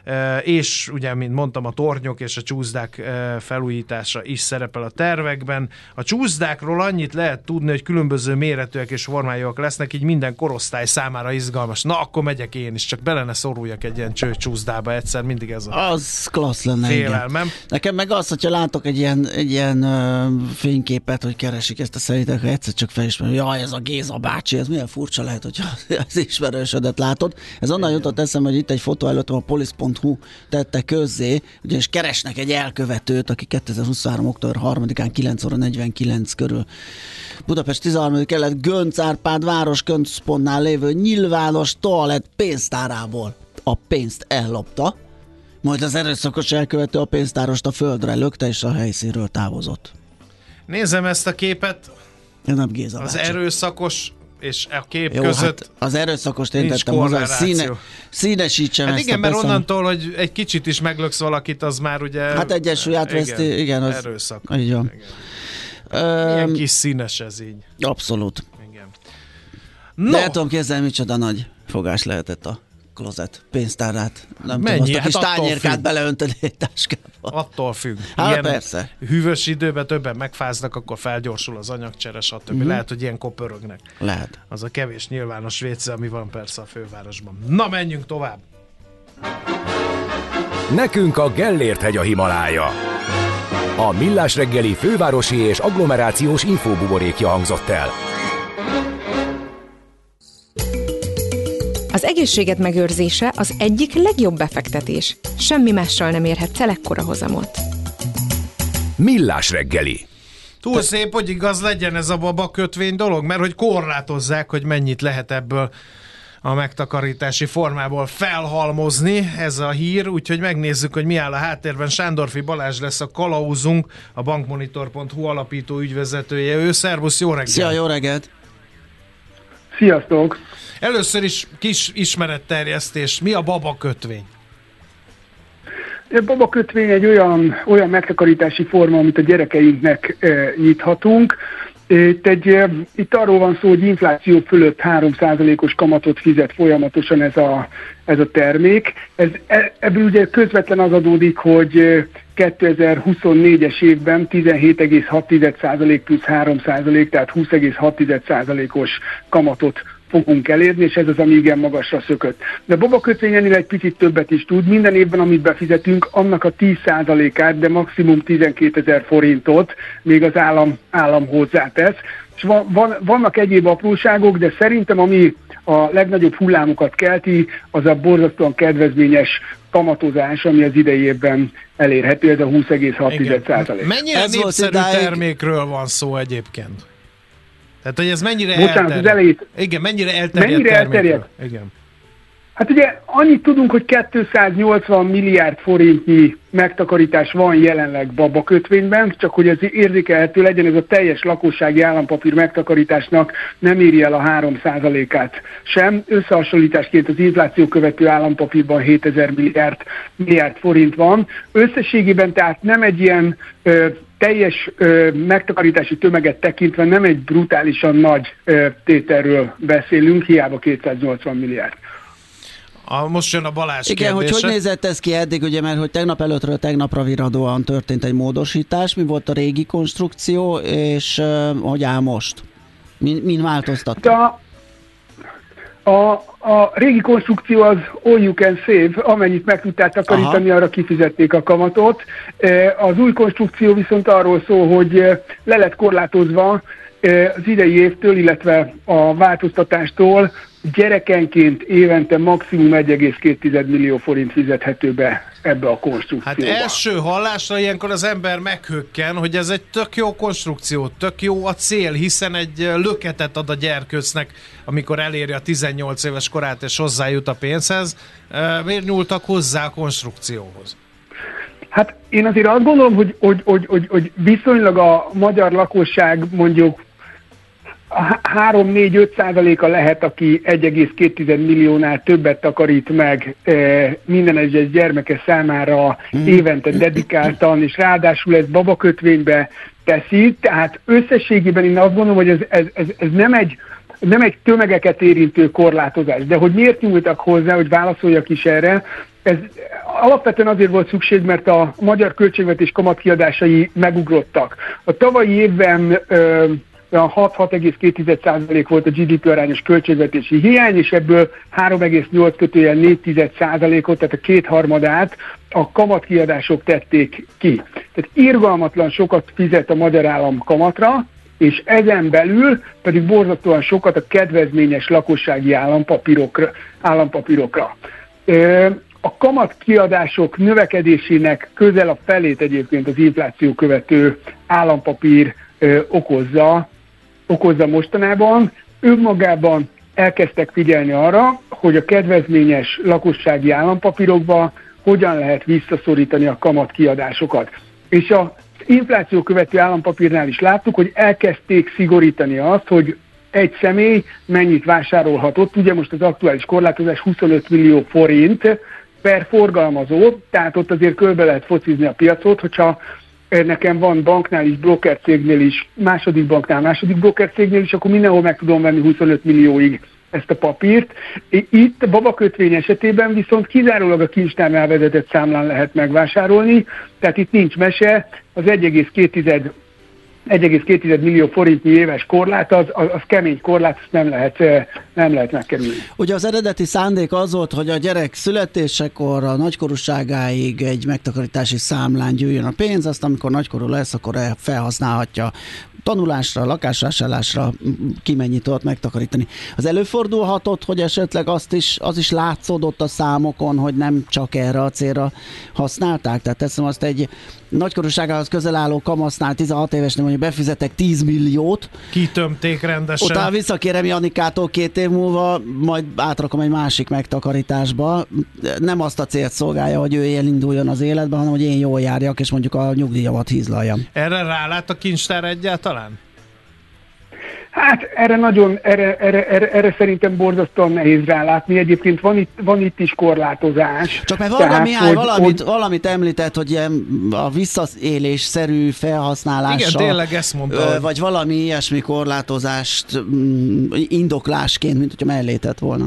Speaker 7: és ugye, mint mondtam, a tornyok és a csúszdák felújítása is szerepel a tervekben. A csúszdákról annyit lehet tudni, hogy különböző méretűek és formájúak lesznek, így minden korosztály számára izgalmas. Na, akkor megyek én is, csak bele ne szoruljak egy ilyen csúszdába egyszer, mindig ez
Speaker 6: az klassz lenne,
Speaker 7: félelmem.
Speaker 6: Igen. Nekem meg az, hogyha látok egy ilyen fényképet, hogy keresik ezt a szerintem, hogy egyszer csak felismerem, jaj, ez a Géza bácsi, ez milyen furcsa lehet, hogyha az ismerősödet látod. Ez onnan jutott eszembe, hogy itt egy fotó előttem a police.hu tette közzé, ugyanis keresnek egy elkövetőt, aki 2023. október 3-án 9 óra 49 körül Budapest 13. kerület Gönc Árpád városközpontnál lévő nyilvános toalett pénztárából a pénzt ellopta, majd az erőszakos elkövető a pénztárost a földre lökte, és a helyszínről távozott.
Speaker 7: Nézem ezt a képet.
Speaker 6: Nem Géza
Speaker 7: az
Speaker 6: bácsi.
Speaker 7: Erőszakos és a kép
Speaker 6: jó,
Speaker 7: között
Speaker 6: hát az erőszakost én tettem hozzá, színesítsem
Speaker 7: hát
Speaker 6: ezt
Speaker 7: igen,
Speaker 6: a
Speaker 7: mert
Speaker 6: beszélni.
Speaker 7: onnantól, hogy egy kicsit is meglöksz valakit, az már ugye...
Speaker 6: Hát egyensúlyát veszti, igen, az
Speaker 7: erőszak.
Speaker 6: Így van.
Speaker 7: Milyen kis színes ez így.
Speaker 6: Abszolút.
Speaker 7: Igen.
Speaker 6: No. De el tudom képzelni, micsoda nagy fogás lehetett a klozet pénztárát. Nem
Speaker 7: mennyi?
Speaker 6: tudom, azt a kis
Speaker 7: Hát
Speaker 6: tányérkát beleönteni egy táskába.
Speaker 7: Attól függ.
Speaker 6: Hát
Speaker 7: ilyen
Speaker 6: persze.
Speaker 7: hűvös időben többen megfáznak, akkor felgyorsul az anyagcsere, stb. Lehet, hogy ilyenkor pörögnek.
Speaker 6: Lehet.
Speaker 7: Az a kevés nyilvános vécé, ami van persze a fővárosban. Na, menjünk tovább!
Speaker 1: Nekünk a Gellért-hegy a Himalája. A Millás reggeli fővárosi és agglomerációs infóbuborékja hangzott el.
Speaker 4: Az egészséged megőrzése az egyik legjobb befektetés. Semmi mással nem érhetsz el ekkora hozamot.
Speaker 1: Millás reggeli.
Speaker 7: Túl szép, hogy igaz legyen ez a babakötvény dolog, mert hogy korlátozzák, hogy mennyit lehet ebből a megtakarítási formából felhalmozni, ez a hír, úgyhogy megnézzük, hogy mi áll a háttérben. Sándorfi Balázs lesz a kalauzunk, a bankmonitor.hu alapító ügyvezetője. Ő, szervusz, jó reggelt!
Speaker 6: Szia, jó reggelt!
Speaker 8: Sziasztok!
Speaker 7: Először is kis ismeretterjesztés. Mi a babakötvény?
Speaker 8: A babakötvény egy olyan megtakarítási forma, amit a gyerekeinknek nyithatunk. Itt arról van szó, hogy infláció fölött 3%-os kamatot fizet folyamatosan ez a termék. Ebből ugye közvetlen az adódik, hogy 2024-es évben 17,6% plusz 3%, tehát 20,6%-os kamatot fogunk elérni, és ez az, ami igen magasra szökött. De a babakötvény ennél egy picit többet is tud. Minden évben, amit befizetünk, annak a 10%-át, de maximum 12 000 forintot még az állam hozzátesz. És vannak egyéb apróságok, de szerintem ami a legnagyobb hullámokat kelti, az a borzasztóan kedvezményes kamatozás, ami az idei évben elérhető, ez a 20,6%.
Speaker 7: Mennyire népszerű termékről van szó egyébként? Tehát, hogy ez mennyire
Speaker 8: az elejét.
Speaker 7: Igen, mennyire elterjedt? Igen.
Speaker 8: Hát ugye annyit tudunk, hogy 280 milliárd forintnyi megtakarítás van jelenleg babakötvényben, csak hogy ez érzékelhető legyen, ez a teljes lakossági állampapír megtakarításnak nem éri el a 3%-át sem. Összehasonlításként az infláció követő állampapírban 7000 milliárd forint van. Összességében tehát nem egy ilyen teljes megtakarítási tömeget tekintve nem egy brutálisan nagy tételről beszélünk, hiába 280 milliárd.
Speaker 7: Most jön a Balázs
Speaker 6: kérdése.
Speaker 7: Igen,
Speaker 6: hogy nézett ez ki eddig, ugye, mert hogy tegnap előttről tegnapra virradóan történt egy módosítás, mi volt a régi konstrukció, és hogy áll most? Min változtattak?
Speaker 8: A régi konstrukció az all you can save, amennyit meg tudták takarítani, arra kifizették a kamatot. Az új konstrukció viszont arról szól, hogy le lett korlátozva az idei évtől, illetve a változtatástól gyerekenként évente maximum 1,2 millió forint fizethető be ebbe a konstrukcióba.
Speaker 7: Hát első hallásra ilyenkor az ember meghökken, hogy ez egy tök jó konstrukció, tök jó a cél, hiszen egy löketet ad a gyerkőcnek, amikor eléri a 18 éves korát és hozzájut a pénzhez. Miért nyúltak hozzá a konstrukcióhoz?
Speaker 8: Hát én azért azt gondolom, hogy viszonylag a magyar lakosság mondjuk 3-4-5%-a lehet, aki 1,2 milliónál többet takarít meg minden egyes gyermeke számára évente dedikáltan, és ráadásul ez babakötvénybe teszi. Tehát összességében én azt gondolom, hogy ez nem egy tömegeket érintő korlátozás. De hogy miért nyúltak hozzá, hogy válaszoljak is erre, ez alapvetően azért volt szükség, mert a magyar költségvetés kamatkiadásai megugrottak. A tavalyi évben 6,2% volt a GDP arányos költségvetési hiány, és ebből 3,8-4%-ot, tehát a kétharmadát a kamatkiadások tették ki. Tehát irgalmatlan sokat fizet a magyar állam kamatra, és ezen belül pedig borzasztóan sokat a kedvezményes lakossági állampapírokra. A kamatkiadások növekedésének közel a felét egyébként az infláció követő állampapír okozza mostanában. Önmagában elkezdtek figyelni arra, hogy a kedvezményes lakossági állampapírokba hogyan lehet visszaszorítani a kamatkiadásokat. És az infláció követő állampapírnál is láttuk, hogy elkezdték szigorítani azt, hogy egy személy mennyit vásárolhatott. Ugye most az aktuális korlátozás 25 millió forint per forgalmazó, tehát ott azért körbe lehet focizni a piacot, hogyha nekem van banknál is, brokercégnél is, második brokercégnél is, akkor mindenhol meg tudom venni 25 millióig ezt a papírt. Itt a babakötvény esetében viszont kizárólag a kincstárnál vezetett számlán lehet megvásárolni, tehát itt nincs mese, az 1,2 millió forintnyi éves korlát, az kemény korlát, azt nem lehet megkerülni.
Speaker 6: Ugye az eredeti szándék az volt, hogy a gyerek születésekor a nagykorúságáig egy megtakarítási számlán gyűjjön a pénz, azt amikor nagykorú lesz, akkor felhasználhatja tanulásra, lakásvásárlásra, ki mennyit tudott megtakarítani. Az előfordulhatott, hogy esetleg az is látszódott a számokon, hogy nem csak erre a célra használták. Tehát teszem azt, egy nagykorúságához közel álló kamasznál 16 évesnél mondjuk befizetek 10 milliót.
Speaker 7: Kitömték rendesen.
Speaker 6: Utána visszakérem Janikától 2 év múlva, majd átrakom egy másik megtakarításba. Nem azt a célt szolgálja, hogy ő elinduljon az életbe, hanem hogy én jól járjak, és mondjuk a nyugdíjamat hízlaljam.
Speaker 7: Erre rálát a kincstár egyáltalán?
Speaker 8: Hát erre szerintem borzasztóan nehéz rálátni. Egyébként van itt is korlátozás.
Speaker 6: Csak mert Mihály valamit említett, hogy ilyen a visszaélésszerű felhasználással.
Speaker 7: Igen, tényleg ezt mondta.
Speaker 6: Vagy valami ilyesmi korlátozást indoklásként, mint hogyha mellé tett volna.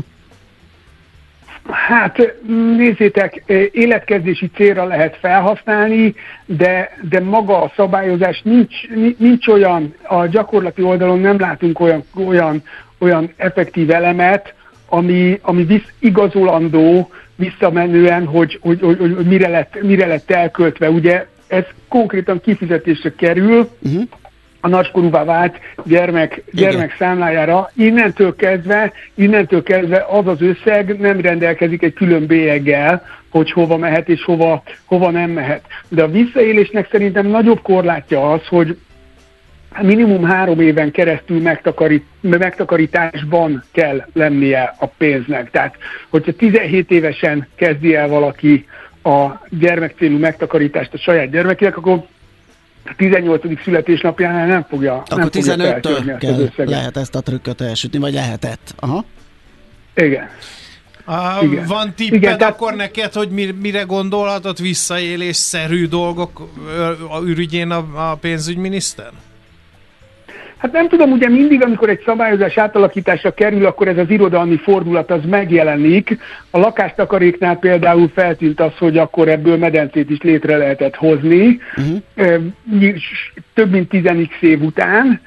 Speaker 8: Hát nézzétek, életkezdési célra lehet felhasználni, de maga a szabályozás nincs olyan, a gyakorlati oldalon nem látunk olyan effektív elemet, ami igazolandó visszamenően, hogy mire lett elköltve. Ugye ez konkrétan kifizetésre kerül, a nagykorúvá vált gyermek számlájára. Innentől kezdve az az összeg nem rendelkezik egy külön bélyeggel, hogy hova mehet és hova nem mehet. De a visszaélésnek szerintem nagyobb korlátja az, hogy minimum 3 éven keresztül megtakarításban kell lennie a pénznek. Tehát, hogyha 17 évesen kezdi el valaki a gyermekcélú megtakarítást a saját gyermekének, akkor a 18. születésnapjánál nem fogja
Speaker 6: akkor 15-től lehet ezt a trükköt elsütni, vagy lehetett. Aha.
Speaker 8: Igen.
Speaker 7: Igen. Van tipped akkor neked, hogy mire gondolhatott visszaélésszerű dolgok ürügyén a pénzügyminiszter?
Speaker 8: Hát nem tudom, ugye mindig, amikor egy szabályozás átalakításra kerül, akkor ez az irodalmi fordulat az megjelenik. A lakástakaréknál például feltűnt az, hogy akkor ebből medencét is létre lehetett hozni, több mint 10x év után.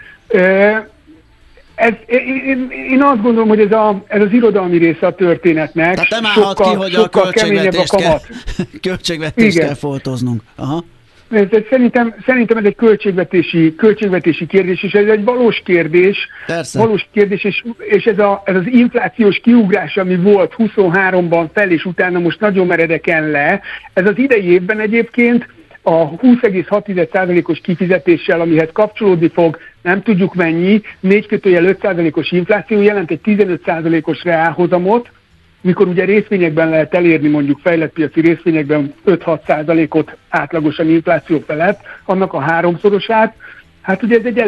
Speaker 8: Én azt gondolom, hogy ez az irodalmi része a történetnek.
Speaker 6: Tehát nem állhat ki, hogy a költségvetést kell foltoznunk. Aha.
Speaker 8: Szerintem ez egy költségvetési kérdés, és ez egy valós kérdés.
Speaker 6: Persze.
Speaker 8: Valós kérdés, és ez az inflációs kiugrás, ami volt 23-ban fel, és utána most nagyon meredeken le, ez az idei évben egyébként a 20,6%-os kifizetéssel, amihez kapcsolódni fog, nem tudjuk mennyi, 4-5%-os infláció jelent egy 15%-os reálhozamot, mikor ugye részvényekben lehet elérni, mondjuk fejlett piaci részvényekben 5-6%-ot átlagosan infláció felett, annak a 3-szorosát, hát ugye ez egy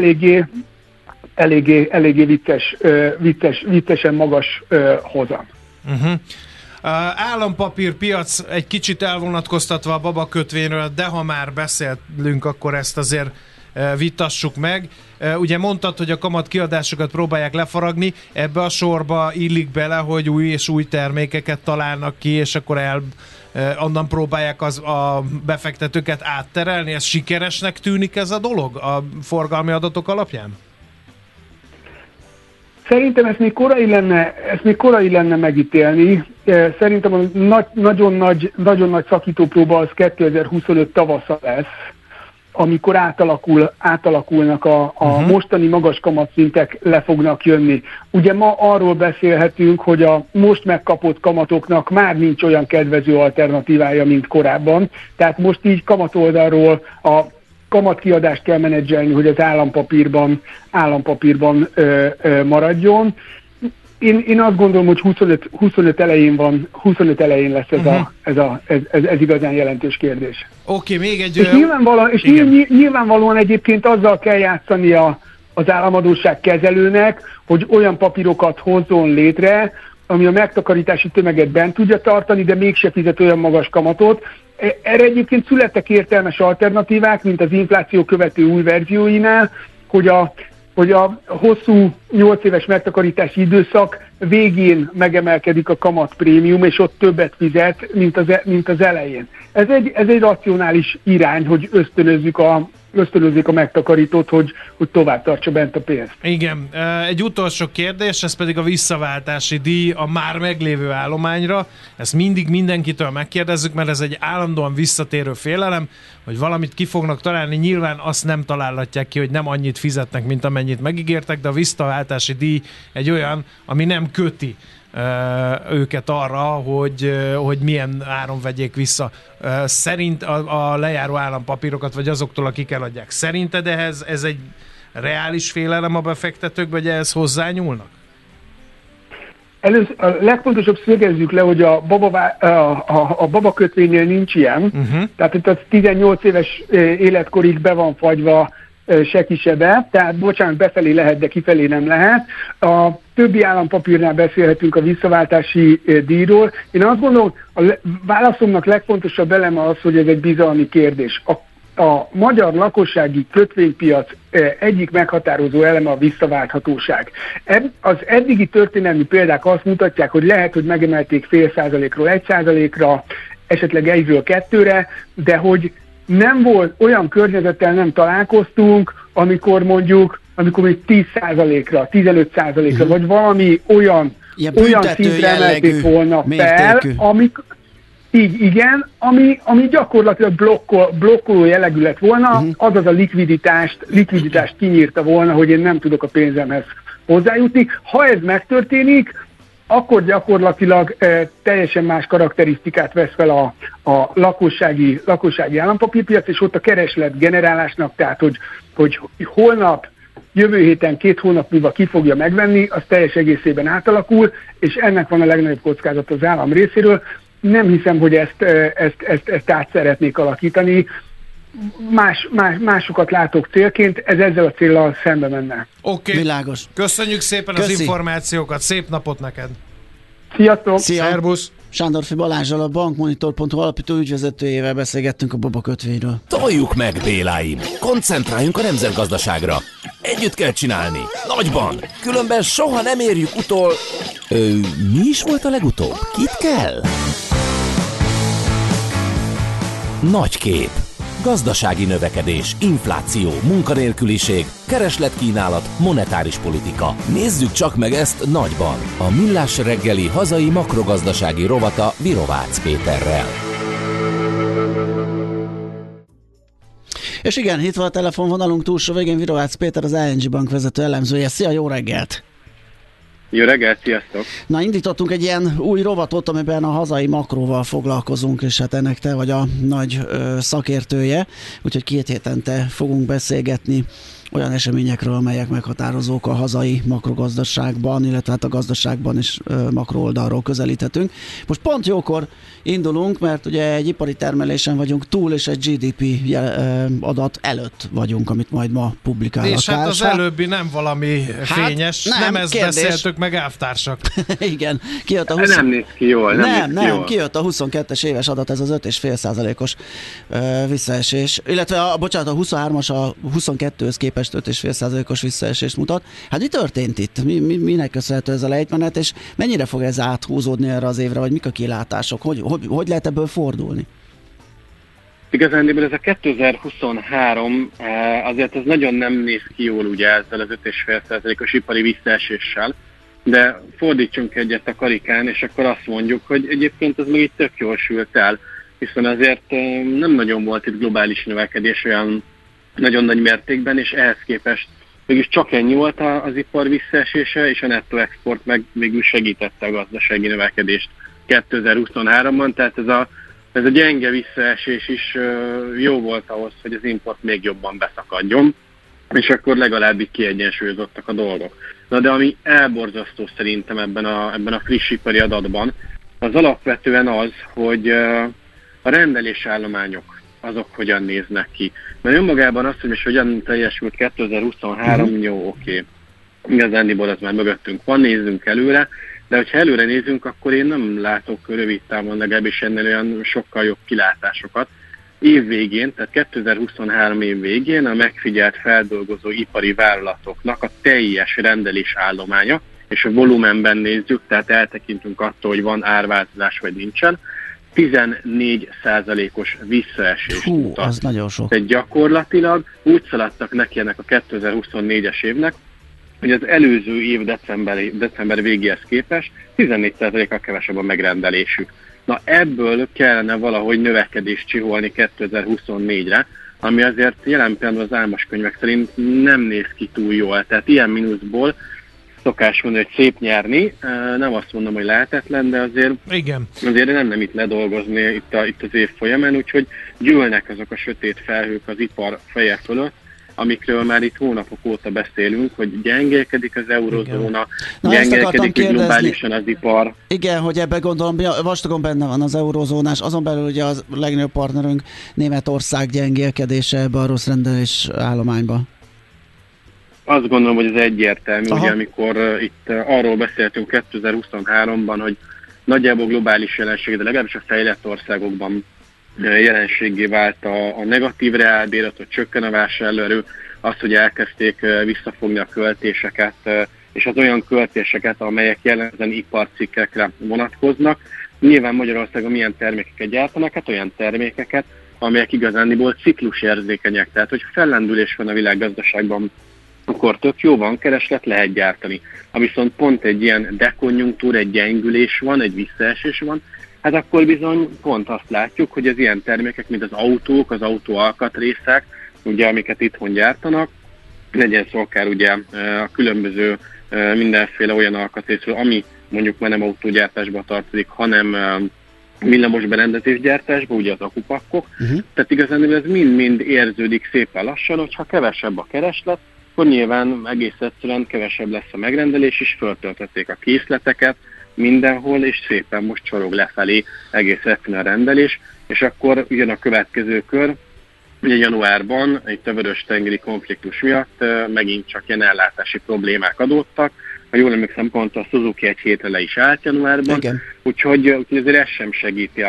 Speaker 8: eléggé viccesen magas hozam.
Speaker 7: Állampapírpiac egy kicsit elvonatkoztatva a babakötvényről, de ha már beszélünk, akkor ezt azért vitassuk meg. Ugye mondtad, hogy a kamatkiadásokat próbálják lefaragni, ebbe a sorba illik bele, hogy új és új termékeket találnak ki, és akkor onnan próbálják a befektetőket átterelni. Ez sikeresnek tűnik ez a dolog a forgalmi adatok alapján?
Speaker 8: Szerintem ezt még korai lenne megítélni. Szerintem a nagyon nagy szakítópróba az 2025 tavasza lesz, amikor átalakulnak a mostani magas kamatszintek le fognak jönni. Ugye ma arról beszélhetünk, hogy a most megkapott kamatoknak már nincs olyan kedvező alternatívája, mint korábban. Tehát most így kamatoldalról a kamatkiadást kell menedzselni, hogy az állampapírban maradjon. Én azt gondolom, hogy 25 elején lesz ez igazán jelentős kérdés.
Speaker 7: Oké, még egy...
Speaker 8: És nyilvánvalóan egyébként azzal kell játszani az államadósság kezelőnek, hogy olyan papírokat hozzon létre, ami a megtakarítási tömeget bent tudja tartani, de mégse fizet olyan magas kamatot. Erre egyébként születtek értelmes alternatívák, mint az infláció követő új verzióinál, hogy a hosszú 8 éves megtakarítási időszak végén megemelkedik a kamatprémium, és ott többet fizet, mint az elején. Ez egy racionális irány, hogy ösztönözzük a megtakarítót, hogy tovább tartsa bent a pénzt.
Speaker 7: Igen. Egy utolsó kérdés, ez pedig a visszaváltási díj a már meglévő állományra. Ezt mindig mindenkitől megkérdezzük, mert ez egy állandóan visszatérő félelem, hogy valamit ki fognak találni. Nyilván azt nem találhatják ki, hogy nem annyit fizetnek, mint amennyit megígértek, de a visszaváltási díj egy olyan, ami nem köti őket arra, hogy milyen áron vegyék vissza. Szerint a lejáró állampapírokat, vagy azoktól, akik eladják. Szerinted ez egy reális félelem a befektetők, vagy ehhez hozzányúlnak?
Speaker 8: A legfontosabb szögezzük le, hogy a babakötvénynél nincs ilyen. Tehát itt az 18 éves életkorig be van fagyva se kisebe, tehát bocsánat, befelé lehet, de kifelé nem lehet. A többi állampapírnál beszélhetünk a visszaváltási díjról. Én azt gondolom, a válaszomnak legfontosabb eleme az, hogy ez egy bizalmi kérdés. A magyar lakossági kötvénypiac egyik meghatározó eleme a visszaválthatóság. Az eddigi történelmi példák azt mutatják, hogy lehet, hogy megemelték 0,5%-ról 1%-ra, esetleg 1-ről 2-re, de hogy nem volt, olyan környezettel nem találkoztunk, amikor még 10%-ra, 15%-ra, vagy valami olyan szintre emelték volna fel, ami gyakorlatilag blokkoló jellegű lett volna, azaz a likviditást kinyírta volna, hogy én nem tudok a pénzemhez hozzájutni. Ha ez megtörténik, akkor gyakorlatilag teljesen más karakterisztikát vesz fel a lakossági állampapírpiac, és ott a kereslet generálásnak, tehát hogy holnap, jövő héten, 2 hónap múlva ki fogja megvenni, az teljes egészében átalakul, és ennek van a legnagyobb kockázat az állam részéről. Nem hiszem, hogy ezt át szeretnék alakítani. Másokat látok célként, ez ezzel a céllal szembe menne.
Speaker 7: Oké.
Speaker 6: Világos.
Speaker 7: Köszönjük szépen az információkat, szép napot neked!
Speaker 8: Sziasztok!
Speaker 7: Szerbusz!
Speaker 6: Sándorfi Balázsral, a bankmonitor.hu alapító ügyvezetőjével beszélgettünk a Baba kötvényről.
Speaker 5: Toljuk meg, Béláim! Koncentráljunk a nemzetgazdaságra! Együtt kell csinálni! Nagyban! Különben soha nem érjük utol... mi is volt a legutóbb? Kit kell? Nagy kép. Gazdasági növekedés, infláció, munkanélküliség, keresletkínálat, monetáris politika. Nézzük csak meg ezt nagyban. A Millás reggeli hazai makrogazdasági rovata Virovácz Péterrel.
Speaker 6: És igen, itt van a telefonvonalunk túlsó végén Virovácz Péter, az ING Bank vezető elemzője. Szia, jó reggelt!
Speaker 9: Jó reggelt, sziasztok!
Speaker 6: Na, indítottunk egy ilyen új rovatot, amiben a hazai makróval foglalkozunk, és hát ennek te vagy a nagy szakértője, úgyhogy 2 hétente fogunk beszélgetni olyan eseményekről, amelyek meghatározók a hazai makrogazdaságban, illetve hát a gazdaságban is makrooldalról közelíthetünk. Most pont jókor indulunk, mert ugye egy ipari termelésen vagyunk túl, és egy GDP adat előtt vagyunk, amit majd ma publikálnak.
Speaker 7: És hát az előbbi nem valami fényes, nem ezt kérdés. Beszéltük meg, elvtársak.
Speaker 6: Igen, kijött a
Speaker 9: nem néz ki jól.
Speaker 6: Kijött a 22-es éves adat, ez az 5,5%-os visszaesés, illetve a 23-as a 22-höz képest 5,5%-os visszaesést mutat. Hát mi történt itt? Minek köszönhető ez a lejtmenet, és mennyire fog ez áthúzódni erre az évre, vagy mik a kilátások? Hogy lehet ebből fordulni?
Speaker 9: Igazándiból ez a 2023 azért ez nagyon nem néz ki jól ugye ezzel az 5,5%-os ipari visszaeséssel, de fordítsunk egyet a karikán, és akkor azt mondjuk, hogy egyébként ez még itt tök jól sült el, hiszen azért nem nagyon volt itt globális növekedés olyan nagyon nagy mértékben, és ehhez képest mégis csak ennyi volt az ipar visszaesése, és a nettó export meg végül segítette a gazdasági növekedést 2023-ban, tehát ez a gyenge visszaesés is jó volt ahhoz, hogy az import még jobban beszakadjon, és akkor legalább így kiegyensúlyozottak a dolgok. Na de ami elborzasztó szerintem ebben a friss ipari adatban, az alapvetően az, hogy a rendelésállományok azok hogyan néznek ki. Mert önmagában azt, hogy most hogyan teljesült 2023, jó, oké. Igazándiból az már mögöttünk van, nézzünk előre, de hogyha előre nézünk, akkor én nem látok rövid távon legalábbis ennél olyan sokkal jobb kilátásokat. Év végén, tehát 2023 év végén a megfigyelt feldolgozó ipari vállalatoknak a teljes rendelésállománya, és a volumenben nézzük, tehát eltekintünk attól, hogy van árváltozás vagy nincsen, 14%-os visszaesést mutat.
Speaker 6: Az nagyon sok.
Speaker 9: Tehát gyakorlatilag úgy szaladtak neki ennek a 2024-es évnek, hogy az előző év december végéhez képest 14%-kal kevesebb a megrendelésük. Na ebből kellene valahogy növekedést csiholni 2024-re, ami azért jelen pillanatban az álmoskönyvek szerint nem néz ki túl jól. Tehát ilyen mínuszból szokás mondani, hogy szép nyerni, nem azt mondom, hogy lehetetlen, de azért nem itt ledolgozni itt az év folyamán, úgyhogy gyűlnek azok a sötét felhők az ipar feje fölött, amikről már itt hónapok óta beszélünk, hogy gyengélkedik az eurozóna,
Speaker 6: gyengélkedik
Speaker 9: globálisan az ipar.
Speaker 6: Igen, hogy ebben gondolom vastagon benne van az eurozónás, azon belül ugye a legnagyobb partnerünk Németország gyengélkedése ebbe a rossz rendelés állományba.
Speaker 9: Azt gondolom, hogy ez egyértelmű, ugye, amikor itt arról beszéltünk 2023-ban, hogy nagyjából globális jelenség, de legalábbis a fejlett országokban jelenséggé vált a negatív reálbér, hogy csökken a vásárlóerő, az, hogy elkezdték visszafogni a költéseket, és az olyan költéseket, amelyek jellemzően iparcikkekre vonatkoznak. Nyilván Magyarországon milyen termékeket gyártanak, hát olyan termékeket, amelyek igazándiból ciklusérzékenyek. Tehát, hogy fellendülés van a világgazdaságban, akkor tök jó, van kereslet, lehet gyártani. Ha viszont pont egy ilyen dekonjunktúr, egy gyengülés van, egy visszaesés van, hát akkor bizony pont azt látjuk, hogy az ilyen termékek, mint az autók, az autó alkatrészek, ugye, amiket itthon gyártanak, legyen szó akár ugye a különböző mindenféle olyan alkatrészről, ami mondjuk már nem autógyártásba tartozik, hanem villamos berendezésgyártásba, ugye az akupakkok. Tehát igazán ez mind-mind érződik szépen lassan, hogyha kevesebb a kereslet, akkor nyilván egész egyszerűen kevesebb lesz a megrendelés, és föltöltötték a készleteket mindenhol, és szépen most csorog lefelé egész egyszerűen a rendelés, és akkor jön a következő kör, ugye januárban itt a vörös-tengeri konfliktus miatt megint csak ilyen ellátási problémák adódtak. Ha jól emlékszem, pont a Suzuki egy hétre le is állt januárban, úgyhogy azért ez sem segíti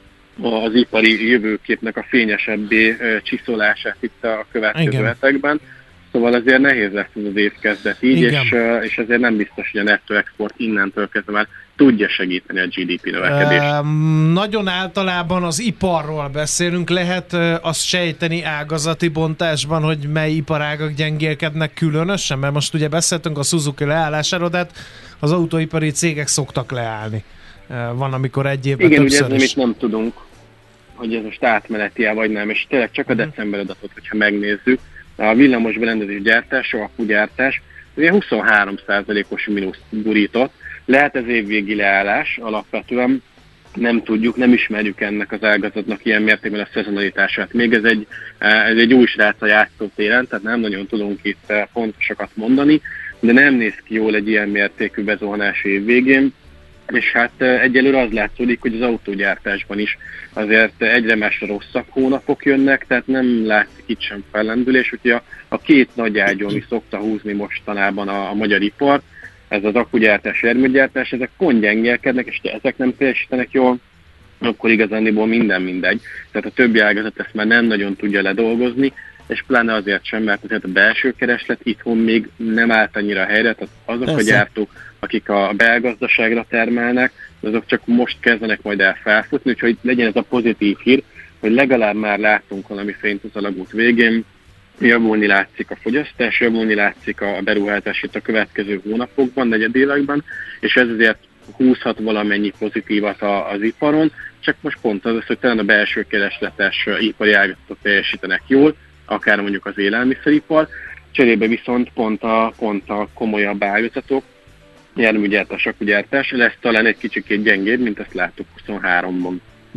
Speaker 9: az ipari jövőképnek a fényesebbé csiszolását itt a következő hetekben. Szóval azért nehéz lesz ez az évkezdet így, és azért nem biztos, hogy a netto export innentől kezdve már tudja segíteni a GDP növekedést.
Speaker 7: Nagyon általában az iparról beszélünk, lehet azt sejteni ágazati bontásban, hogy mely iparágak gyengélkednek különösen, mert most ugye beszéltünk a Suzuki leállásáról, de hát az autóipari cégek szoktak leállni. Van, amikor egy évben többször is.
Speaker 9: Igen, ugye ez, amit nem tudunk, hogy ez most átmeneti-e vagy nem, és tényleg csak a december adatot, hogyha megnézzük, a villamos berendezés gyártás, a akugyártás, ugye 23%-os mínuszt gurított. Lehet ez évvégi leállás, alapvetően nem tudjuk, nem ismerjük ennek az ágazatnak ilyen mértékben a szezonalitását. Még ez egy új srác a játszótéren, tehát nem nagyon tudunk itt pontosakat mondani, de nem néz ki jól egy ilyen mértékű bezuhanás évvégén. És hát egyelőre az látszódik, hogy az autógyártásban is azért egyre másra rosszabb hónapok jönnek, tehát nem látszik itt sem fellendülés, úgyhogy a két nagy ágyú, ami szokta húzni mostanában a magyar ipar, ez az akugyártás, erőműgyártás, ezek pont gyengélkednek, és ha ezek nem teljesítenek jól, akkor igazániból minden mindegy. Tehát a többi ágazat ezt már nem nagyon tudja ledolgozni, és pláne azért sem, mert azért a belső kereslet itthon még nem állt annyira helyre, tehát azok a gyártók, akik a belgazdaságra termelnek, azok csak most kezdenek majd el felfutni, úgyhogy legyen ez a pozitív hír, hogy legalább már látunk valami fényt az alagút végén, javulni látszik a fogyasztás, javulni látszik a beruházás itt a következő hónapokban, negyedévekben, és ez azért húzhat valamennyi pozitívat az iparon, csak most pont az, hogy talán a belső keresletes ipari ágazatok teljesítenek jól, akár mondjuk az élelmiszeripar, cserébe viszont pont a komolyabb ágazatok, járműgyártás, akugyártás lesz talán egy kicsikét gyengébb, mint ezt láttuk 23-ban.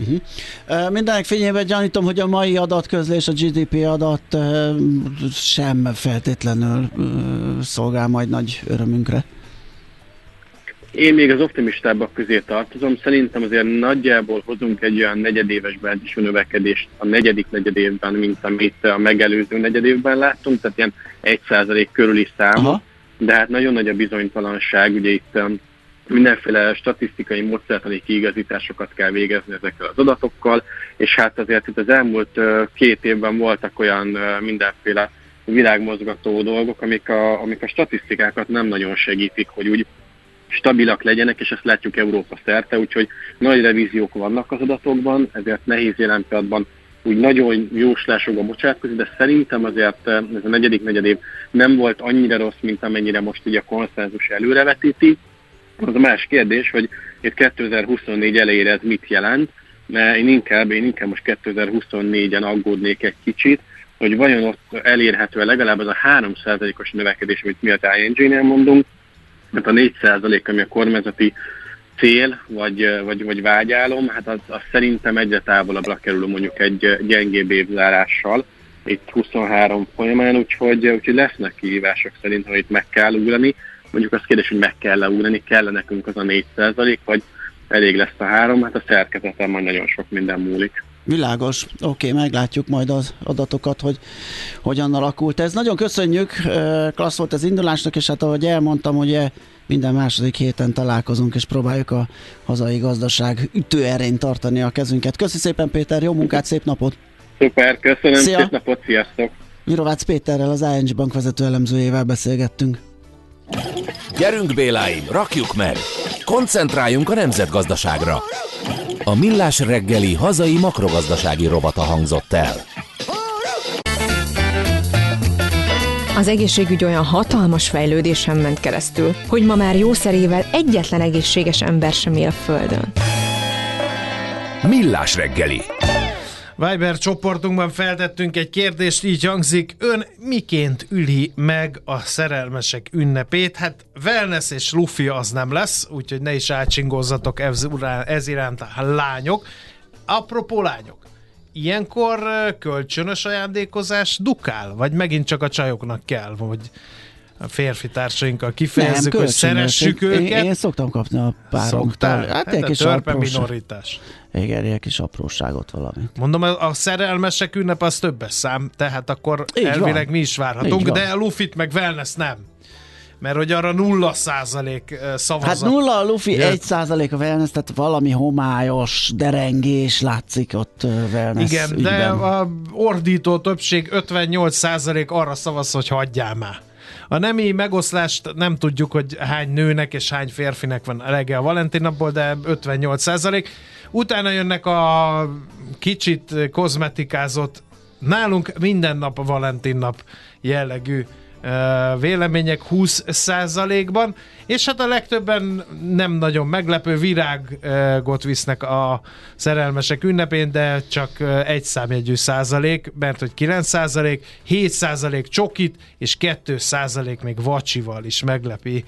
Speaker 6: Mindenek fényében gyanítom, hogy a mai adatközlés, a GDP adat sem feltétlenül szolgál majd nagy örömünkre.
Speaker 9: Én még az optimistábbak közé tartozom. Szerintem azért nagyjából hozunk egy olyan negyedéves bázisú növekedést a negyedik negyedévben, mint amit a megelőző negyedévben láttunk, tehát ilyen 1% körüli számot, de hát nagyon nagy a bizonytalanság, ugye itt mindenféle statisztikai módszertani kiigazításokat kell végezni ezekkel az adatokkal, és hát azért itt az elmúlt 2 évben voltak olyan mindenféle világmozgató dolgok, amik a statisztikákat nem nagyon segítik, hogy úgy stabilak legyenek, és ezt látjuk Európa szerte, úgyhogy nagy revíziók vannak az adatokban, ezért nehéz jelen pillanatban úgy nagyon jóslásokba bocsátkozni, de szerintem azért ez a negyedik negyedév nem volt annyira rossz, mint amennyire most ugye a konszenzus előrevetíti. Az a más kérdés, hogy itt 2024 elejére ez mit jelent, mert én inkább most 2024-en aggódnék egy kicsit, hogy vajon ott elérhető legalább az a 3%-os növekedés, amit mi az ING-nél mondunk, mert a 4%, ami a kormányzati cél, vagy vágyálom, hát az szerintem egyre távolabbra kerül mondjuk egy gyengébb évzárással, itt 23 folyamán, úgyhogy lesznek kihívások szerintem, hogy itt meg kell ugrani. Mondjuk az kérdés, hogy meg kell ugrani, kell nekünk az a 4%, vagy elég lesz a 3, hát a szerkezeten majd nagyon sok minden múlik.
Speaker 6: Világos. Oké, meglátjuk majd az adatokat, hogy hogyan alakult ez. Nagyon köszönjük, klassz volt az indulásnak, és hát ahogy elmondtam, ugye minden második héten találkozunk, és próbáljuk a hazai gazdaság ütőerén tartani a kezünket. Köszi szépen, Péter, jó munkát, szép napot!
Speaker 9: Szuper, köszönöm,
Speaker 6: Szia.
Speaker 9: Szép napot, sziasztok!
Speaker 6: Mirovácz Péterrel, az ING Bank vezető elemzőjével beszélgettünk.
Speaker 5: Gyerünk Béláim, rakjuk meg! Koncentráljunk a nemzetgazdaságra! A Millás reggeli hazai makrogazdasági rovata hangzott el.
Speaker 4: Az egészségügy olyan hatalmas fejlődésen ment keresztül, hogy ma már jószerével egyetlen egészséges ember sem él a Földön.
Speaker 1: Millás reggeli.
Speaker 7: Viber csoportunkban feltettünk egy kérdést, így hangzik: ön miként üli meg a szerelmesek ünnepét? Hát wellness és lufi az nem lesz, úgyhogy ne is átsingozzatok ez iránt a lányok. Apropó lányok, ilyenkor kölcsönös ajándékozás dukál? Vagy megint csak a csajoknak kell? Vagy a férfi társainkkal kifejezzük, hogy szeressük őket?
Speaker 6: Én szoktam kapni a páromtól.
Speaker 7: Hát egy kis törpe minoritás.
Speaker 6: Igen, ilyen kis apróságot valami.
Speaker 7: Mondom, a szerelmesek ünnep az többes szám, tehát akkor
Speaker 6: így
Speaker 7: elvileg
Speaker 6: van.
Speaker 7: mi is várhatunk, de a lufit meg wellness nem. Mert hogy arra 0% szavazat.
Speaker 6: Hát 0 a lufi, 1% a wellness, tehát valami homályos derengés látszik ott wellness
Speaker 7: igen,
Speaker 6: ügyben.
Speaker 7: de a ordító többség 58% arra szavaz, hogy hagyjál már. A nemi megoszlást nem tudjuk, hogy hány nőnek és hány férfinek van elege a Valentin napból, de 58%. Utána jönnek a kicsit kozmetikázott, nálunk minden nap a Valentin nap jellegű vélemények 20%-ban, és hát a legtöbben nem nagyon meglepő virágot visznek a szerelmesek ünnepén, de csak egy számjegyű százalék, mert hogy 9%, 7% csokit, és 2% még vacsival is meglepi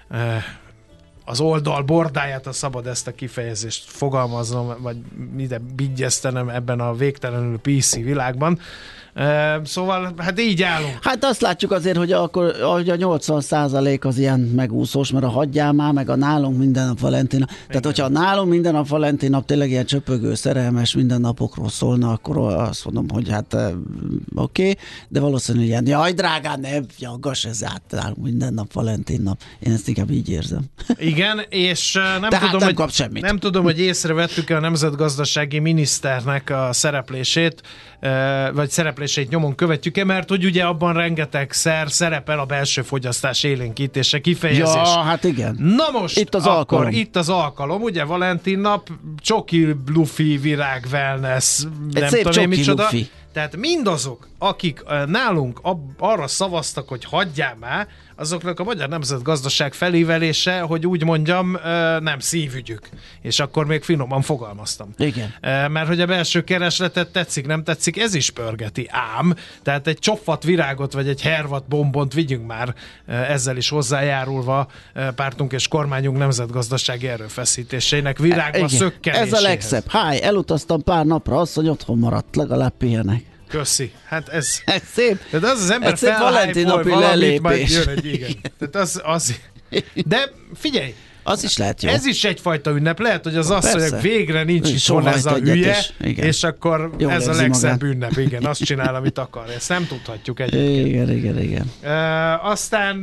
Speaker 7: az oldal bordáját, ha szabad ezt a kifejezést fogalmaznom, vagy ide bigyeztenem ebben a végtelenül PC világban. Szóval, hát így állunk.
Speaker 6: Hát azt látjuk azért, hogy akkor hogy a 80% az ilyen megúszós, mert a hagyjál már, meg a nálunk minden nap Valentin nap. Tehát, hogyha a nálunk minden nap Valentin nap tényleg ilyen csöpögő, szerelmes mindennapokról szólna, akkor azt mondom, hogy hát oké, de valószínűleg ilyen, jaj drágán, ne jaggass, ez nálunk minden nap Valentin nap. Én ezt inkább így érzem.
Speaker 7: Igen, és nem tudom, hogy észrevettük-e a nemzetgazdasági miniszternek a szereplését, vagy szereplését nyomon követjük-e, mert hogy ugye abban rengetegszer szerepel a belső fogyasztás élénkítése kifejezés.
Speaker 6: Ja, hát igen.
Speaker 7: Na most, itt az alkalom, ugye Valentin nap, csoki, lufi, virág, wellness,
Speaker 6: egy
Speaker 7: nem
Speaker 6: szép
Speaker 7: tudom én micsoda.
Speaker 6: Lufi.
Speaker 7: Tehát mindazok, akik nálunk arra szavaztak, hogy hagyjál már, azoknak a magyar nemzetgazdaság felívelése, hogy úgy mondjam, nem szívügyük. És akkor még finoman fogalmaztam.
Speaker 6: Igen.
Speaker 7: Mert hogy a belső keresletet tetszik, nem tetszik, ez is pörgeti. Ám, tehát egy csopfat virágot, vagy egy hervat bombont vigyünk már, ezzel is hozzájárulva pártunk és kormányunk nemzetgazdasági erőfeszítéseinek virágba szökkenéséhez.
Speaker 6: Ez a legszebb. Háj, elutaztam pár napra, azt, hogy otthon maradt, legalább pihenek.
Speaker 7: Köszi. Hát ez
Speaker 6: szép.
Speaker 7: Tehát az ember felhájpol valamit, majd jön egy igen. Tehát az. De figyelj,
Speaker 6: az is lehet jó.
Speaker 7: Ez is egyfajta ünnep. Lehet, hogy az asszonyok végre nincs itthon ez a hülye, és akkor jól ez a legszebb ünnep. Igen, azt csinál, amit akar. Ezt nem tudhatjuk egyébként.
Speaker 6: Igen.
Speaker 7: Aztán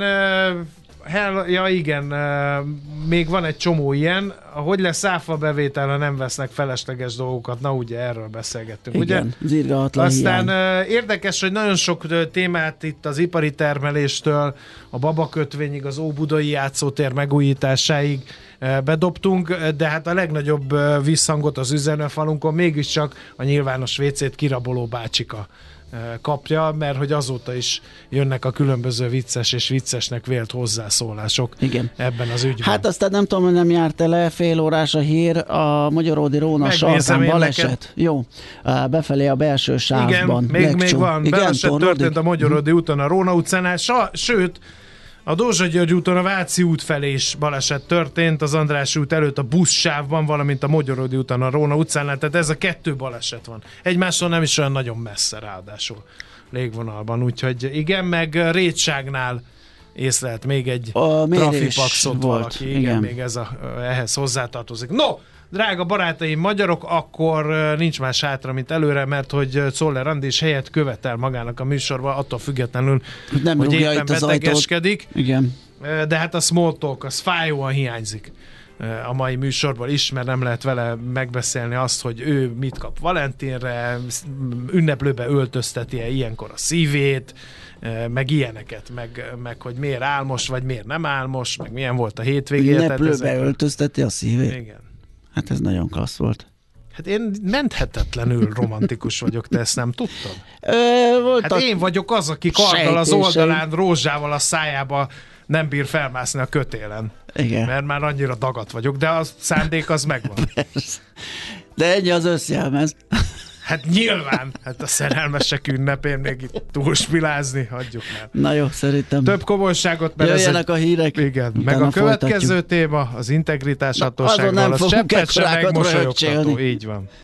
Speaker 7: ja igen, még van egy csomó ilyen. Hogy lesz áfa bevétel, ha nem vesznek felesleges dolgokat? Na ugye, erről beszélgettünk.
Speaker 6: Igen,
Speaker 7: ugye?
Speaker 6: zirgalmatlan
Speaker 7: Aztán
Speaker 6: hiány.
Speaker 7: Érdekes, hogy nagyon sok témát itt az ipari termeléstől a babakötvényig, az óbudai játszótér megújításáig bedobtunk, de hát a legnagyobb visszhangot az üzenőfalunkon mégiscsak a nyilvános WC-t kiraboló bácsika kapja, mert hogy azóta is jönnek a különböző vicces és viccesnek vélt hozzászólások ebben az ügyben.
Speaker 6: Hát aztán nem tudom, hogy nem járt le, fél órás a hír, a Magyaródi Róna sarkán baleset. Jó, befelé a belső sávban.
Speaker 7: Igen, még van. Baleset történt a Magyaródi úton a Róna utcánál, sőt, a Dózsa György úton a Váci út felé is baleset történt, az Andrássy út előtt a buszsávban, valamint a Magyaródi úton a Róna utcánál, tehát ez a kettő baleset van. Egymástól nem is olyan nagyon messze ráadásul. légvonalban, úgyhogy igen, meg Rétságnál észlelt még egy
Speaker 6: A mérés
Speaker 7: trafipaxot
Speaker 6: volt,
Speaker 7: valaki, igen, még ehhez hozzátartozik. No, drága barátaim, magyarok, akkor nincs más hátra, mint előre, mert hogy Czoller Andis helyet követel magának a műsorban, attól függetlenül,
Speaker 6: nem
Speaker 7: hogy
Speaker 6: rúgja
Speaker 7: éppen
Speaker 6: itt az
Speaker 7: betegeskedik.
Speaker 6: Igen.
Speaker 7: De hát a small talk, az fájóan hiányzik a mai műsorban is, mert nem lehet vele megbeszélni azt, hogy ő mit kap Valentinre, ünneplőbe öltözteti-e ilyenkor a szívét, meg ilyeneket, meg hogy miért álmos, vagy miért nem álmos, meg milyen volt a hétvégén.
Speaker 6: Ünneplőbe öltözteti a szívét?
Speaker 7: Igen.
Speaker 6: Hát ez nagyon klassz volt.
Speaker 7: Hát én menthetetlenül romantikus vagyok, te ezt nem tudtad? Hát én vagyok az, aki karddal az oldalán, rózsával a szájába nem bír felmászni a kötélen.
Speaker 6: Igen.
Speaker 7: Mert már annyira dagat vagyok, de a szándék az megvan.
Speaker 6: Persze. De ennyi az összjelmez.
Speaker 7: Hát nyilván, hát a szerelmesek ünnepén még itt túlspilázni, hagyjuk már.
Speaker 6: Na jó, szerintem.
Speaker 7: Több komolyságot, mert
Speaker 6: jöjjenek a hírek.
Speaker 7: Igen, meg a következő téma, az integritás hatósággal, az cseppet sem megmosolyogtató. Így van.